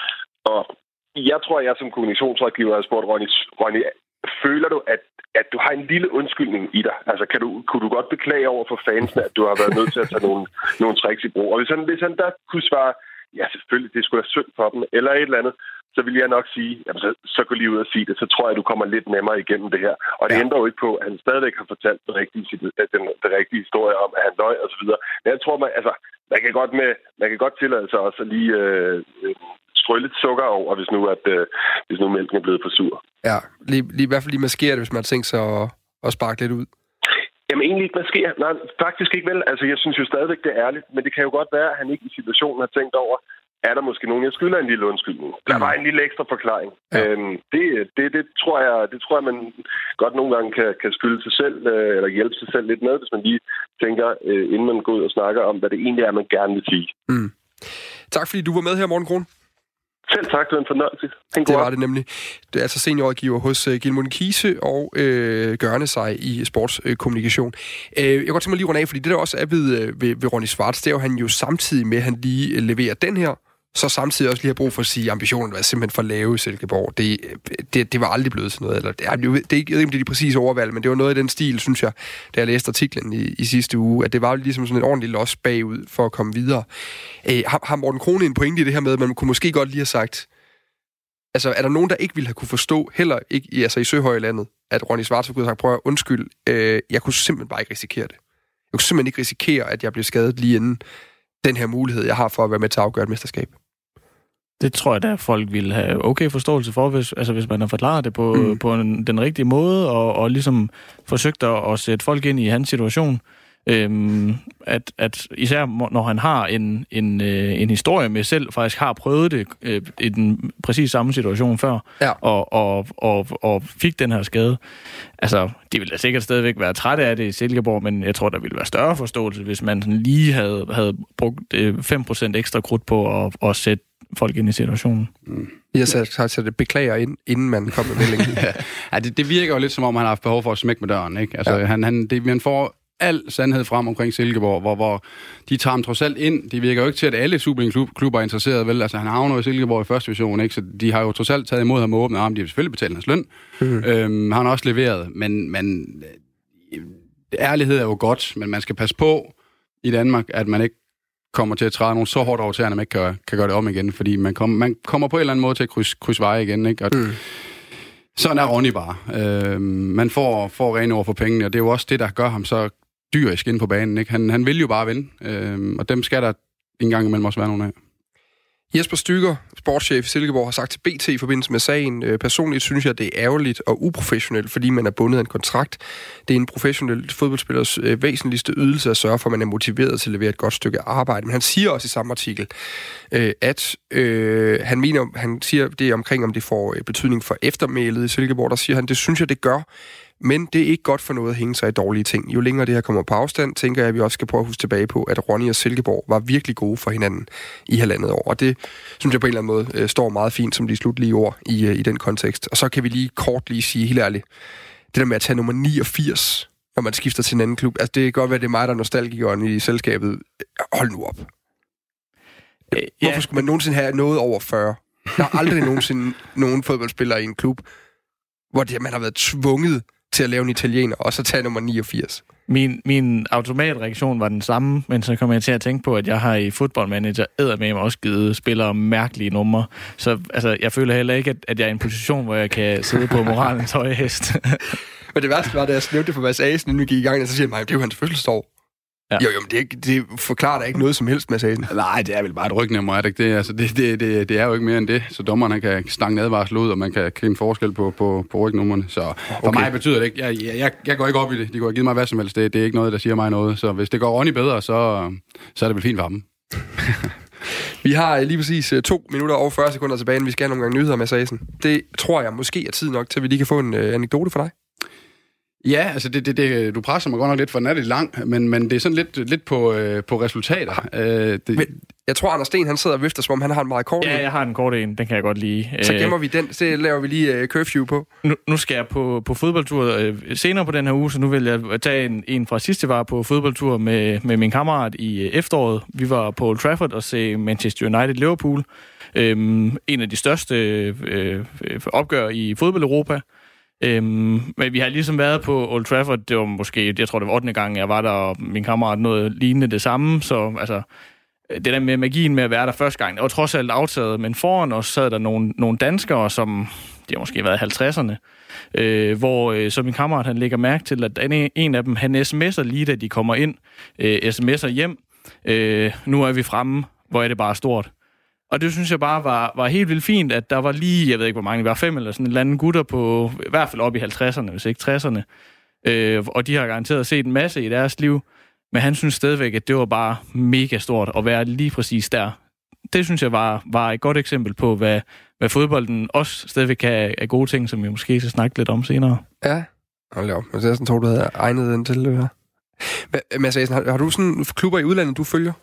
og jeg tror, at jeg som kommunikationsrådgiver har spurgt Ronny, Ronny, føler du, at, at du har en lille undskyldning i dig? Altså, kan du, kunne du godt beklage over for fansene, at du har været nødt til at tage nogle, nogle tricks i brug? Og hvis han, hvis han der kunne svare, ja, selvfølgelig, det skulle være synd for dem, eller et eller andet, så vil jeg nok sige, jamen, så, så gå lige ud og sige det, så tror jeg, du kommer lidt nemmere igennem det her. Og det ja. ændrer jo ikke på, at han stadigvæk har fortalt den rigtige, den, den rigtige historie om, at han løg og så videre. Men jeg tror, man, altså, man kan godt, med, man kan godt tillade sig også at lige øh, øh, strø lidt sukker over, hvis nu, at, øh, hvis nu mælken er blevet for sur. Ja, lige, lige, i hvert fald lige maskere det, hvis man har tænkt sig at, at sparke lidt ud. Jamen egentlig ikke maskere. Nej, faktisk ikke vel. Altså, jeg synes jo stadigvæk, det er ærligt, men det kan jo godt være, at han ikke i situationen har tænkt over, er der måske nogen, jeg skylder en lille undskyldning. Der var en lille ekstra forklaring. Ja. Øhm, det, det, det, tror jeg, det tror jeg, man godt nogle gange kan, kan skylde sig selv, øh, eller hjælpe sig selv lidt med, hvis man lige tænker, øh, inden man går ud og snakker om, hvad det egentlig er, man gerne vil sige. Mm. Tak fordi du var med her, Morten Krone. Selv tak, det var en fornøjelse. En det var det nemlig. Det er altså seniorrådgiver hos uh, Gilmund Kise og øh, Gørne sig i sportskommunikation. Øh, jeg kan godt tænke mig lige runde af, fordi det der også er ved, ved, ved Ronny Schwartz, det er jo han jo samtidig med, at han lige leverer den her, så samtidig også lige har brug for at sige, at ambitionen var simpelthen for lave i Silkeborg. Det, det, det var aldrig blevet sådan noget. Eller, det, er, det er ikke det er de præcise overvalg, men det var noget i den stil, synes jeg, da jeg læste artiklen i, i sidste uge, at det var ligesom sådan et ordentligt los bagud for at komme videre. Øh, har, har Morten Krone en pointe i det her med, at man kunne måske godt lige have sagt, altså er der nogen, der ikke ville have kunne forstå, heller ikke altså i Søhøjlandet, at Ronny Schwartzberg kunne have sagt, prøv at undskyld, øh, jeg kunne simpelthen bare ikke risikere det. Jeg kunne simpelthen ikke risikere, at jeg blev skadet lige inden den her mulighed, jeg har for at være med til at afgøre et mesterskab. Det tror jeg, at folk vil have okay forståelse for, hvis, altså hvis man har forklaret det på, mm. på en, den rigtige måde, og, og ligesom forsøgt at, at sætte folk ind i hans situation. Øhm, at, at især når han har en, en, en historie med selv, faktisk har prøvet det øh, i den præcis samme situation før, ja. og, og, og, og fik den her skade. Altså, de ville da sikkert stadigvæk være trætte af det i Silkeborg, men jeg tror, der ville være større forståelse, hvis man sådan lige havde, havde brugt øh, fem procent ekstra krudt på at, at sætte folk ind i situationen. Mm. Jeg har sat det beklager ind, inden man kom med meldingen. ja, ja det, det virker jo lidt som om, han har haft behov for at smække med døren, ikke? Altså, ja. han, han, det, man får al sandhed frem omkring Silkeborg, hvor, hvor de tager ham trods alt ind. Det virker jo ikke til, at alle Superliga-klubber er interesserede, vel? Altså, han havner i Silkeborg i første division, ikke? Så de har jo trods alt taget imod ham med åbne arme. De har selvfølgelig betalt hans løn. Mm-hmm. Øhm, han har også leveret, men, men ærlighed er jo godt, men man skal passe på i Danmark, at man ikke kommer til at træde nogen så hårdt over til, at man ikke kan, kan gøre det om igen, fordi man, kom, man kommer på en eller anden måde til at krydse kryds veje igen, ikke? Og mm. sådan er Ronny bare. Øhm, man får, får rene over for pengene, og det er jo også det, der gør ham så dyrisk ind på banen, ikke? Han, han vil jo bare vinde, øhm, og dem skal der en gang imellem også være nogle af. Jesper Stygger, sportschef i Silkeborg, har sagt til B T i forbindelse med sagen, øh, personligt synes jeg, det er ærgerligt og uprofessionelt, fordi man er bundet af en kontrakt. Det er en professionel fodboldspillers øh, væsentligste ydelse at sørge for, at man er motiveret til at levere et godt stykke arbejde. Men han siger også i samme artikel, øh, at øh, han mener, han siger det omkring, om det får øh, betydning for eftermælet i Silkeborg. Der siger han, det synes jeg, det gør. Men det er ikke godt for noget at hænge sig i dårlige ting. Jo længere det her kommer på afstand, tænker jeg, at vi også skal prøve at huske tilbage på, at Ronny og Silkeborg var virkelig gode for hinanden i halvandet år. Og det synes jeg på en eller anden måde øh, står meget fint som de slutlige ord i, øh, i den kontekst. Og så kan vi lige kort lige sige helt ærligt, det der med at tage nummer niogfirs, når man skifter til en anden klub, altså det kan godt være, det er mig, der er nostalgikeren i selskabet. Hold nu op. Hvorfor ja. skulle man nogensinde have noget over fyrre? Der er aldrig nogensinde nogen fodboldspiller i en klub, hvor det, man har været tvunget til at lave en italiener, og så tage nummer niogfirs. Min, min automatreaktion var den samme, men så kom jeg til at tænke på, at jeg har i Football Manager eddermame også givet spillere mærkelige numre. Så altså, jeg føler heller ikke, at, at jeg er i en position, hvor jeg kan sidde på moralens høje hest. Men det værste var, da jeg snøvde det på Mads Asen, inden vi gik i gang, og så siger jeg, det er jo hans fødselsdag. Ja. Jo, jo, men det, det forklarer da ikke noget som helst, Mads Asen. Nej, det er vel bare et rygnummer, er det ikke det? Altså, det, det, det, det er jo ikke mere end det. Så dommeren kan stange en advarsel ud, og man kan kende forskel på, på, på rygnummerne. Så for okay. mig betyder det ikke. Jeg, jeg, jeg går ikke op i det. De går give mig hvad som helst. Det, det er ikke noget, der siger mig noget. Så hvis det går Ronny bedre, så, så er det vel fint for ham. Vi har lige præcis to minutter og fyrre sekunder tilbage, inden vi skal have nogle gange nyheder, Mads Asen. Det tror jeg måske er tid nok til, at vi lige kan få en uh, anekdote for dig. Ja, altså det, det, det, du presser mig godt nok lidt, for den er lidt lang, men, men det er sådan lidt, lidt på, øh, på resultater. Øh, det... men, jeg tror, Anders Sten, han sidder og vifter, som om han har en meget kort en. Ja, jeg har en kort en, den kan jeg godt lide. Så gemmer vi den, så laver vi lige uh, curfew på. Nu, nu skal jeg på, på fodboldtur øh, senere på den her uge, så nu vil jeg tage en, en fra sidste var på fodboldtur med, med min kammerat i øh, efteråret. Vi var på Old Trafford og se Manchester United-Liverpool. Øhm, en af de største øh, opgør i fodbold-Europa. Øhm, men vi har ligesom været på Old Trafford, det var måske, jeg tror det var ottende gang, jeg var der, og min kammerat noget lignende det samme, så altså, det der med magien med at være der første gang, det var trods alt aftaget, men foran os sad der nogle, nogle danskere, som, de har måske været halvtredserne, øh, hvor øh, så min kammerat, han lægger mærke til, at en af dem, han sms'er lige da de kommer ind, øh, sms'er hjem, øh, nu er vi fremme, hvor er det bare stort. Og det synes jeg bare var, var helt vildt fint, at der var lige, jeg ved ikke hvor mange, vi var fem eller sådan et eller andet gutter på, i hvert fald op i halvtredserne, hvis ikke tresserne. Øh, og de har garanteret set en masse i deres liv, men han synes stadigvæk, at det var bare mega stort at være lige præcis der. Det synes jeg var, var et godt eksempel på, hvad, hvad fodbolden også stadigvæk kan af gode ting, som vi måske skal snakke lidt om senere. Ja, hold da op. Jeg sådan tror, du havde egnet den til det her. Mads Asen, har, har du sådan klubber i udlandet, du følger?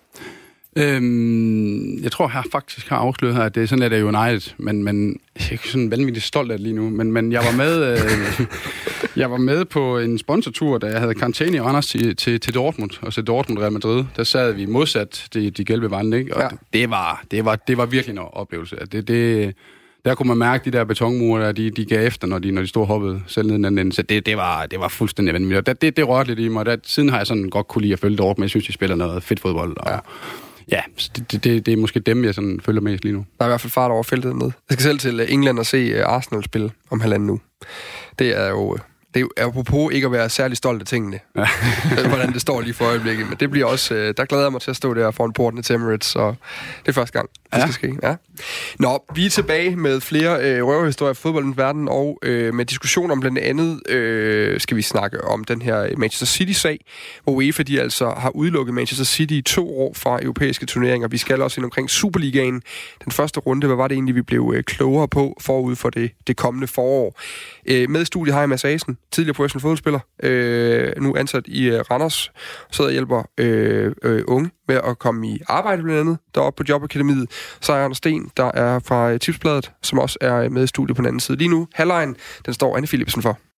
Øhm, jeg tror, jeg faktisk har afsløret her, at det er sådan lidt af United, men, men jeg er ikke sådan vanvittigt stolt af det lige nu, men, men jeg var med øh, jeg var med på en sponsortur, da jeg havde karantæne i Randers til, til, til Dortmund, og til Dortmund Real Madrid. Der sad vi modsat de, de gælpe vande, ikke? Og ja. det, det, var, det, var, det var virkelig en oplevelse. Det, det, der kunne man mærke, de der betonmure, der, de, de gav efter, når de, når de stod og hoppede selv ned den anden ende. Så det, det, var, det var fuldstændig vanvittigt. Det, det, det rørte lidt i mig. Der, siden har jeg sådan godt kunne lide at følge Dortmund, men jeg synes, de spiller noget fedt fodbold. Og, ja. Ja, det, det, det er måske dem, jeg sådan følger mest lige nu. Der er i hvert fald fart over feltet med. Jeg skal selv til England og se Arsenal spille om halvanden nu. Det er jo Det er jo apropos ikke at være særlig stolt af tingene. Ja. Hvordan det står lige for øjeblikket. Men det bliver også... Øh, der glæder jeg mig til at stå der foran porten til Emirates, og det er første gang, det ja. skal ske. Ja. Nå, vi er tilbage med flere øh, røverhistorier fra fodboldens verden, og øh, med diskussion om blandt andet øh, skal vi snakke om den her Manchester City-sag, hvor UEFA de altså har udelukket Manchester City i to år fra europæiske turneringer. Vi skal også ind omkring Superligaen. Den første runde, hvad var det egentlig, vi blev øh, klogere på forud for det, det kommende forår. Øh, med i studiet har jeg Mads Asen, tidligere professionel fodboldspiller, øh, nu ansat i øh, Randers, så jeg hjælper øh, øh, unge med at komme i arbejde blandt andet, deroppe på Jobakademiet. Så er Anders Sten, der er fra Tipsbladet, som også er med i studiet på den anden side. Lige nu, halvlejen, den står Anne Philipsen for.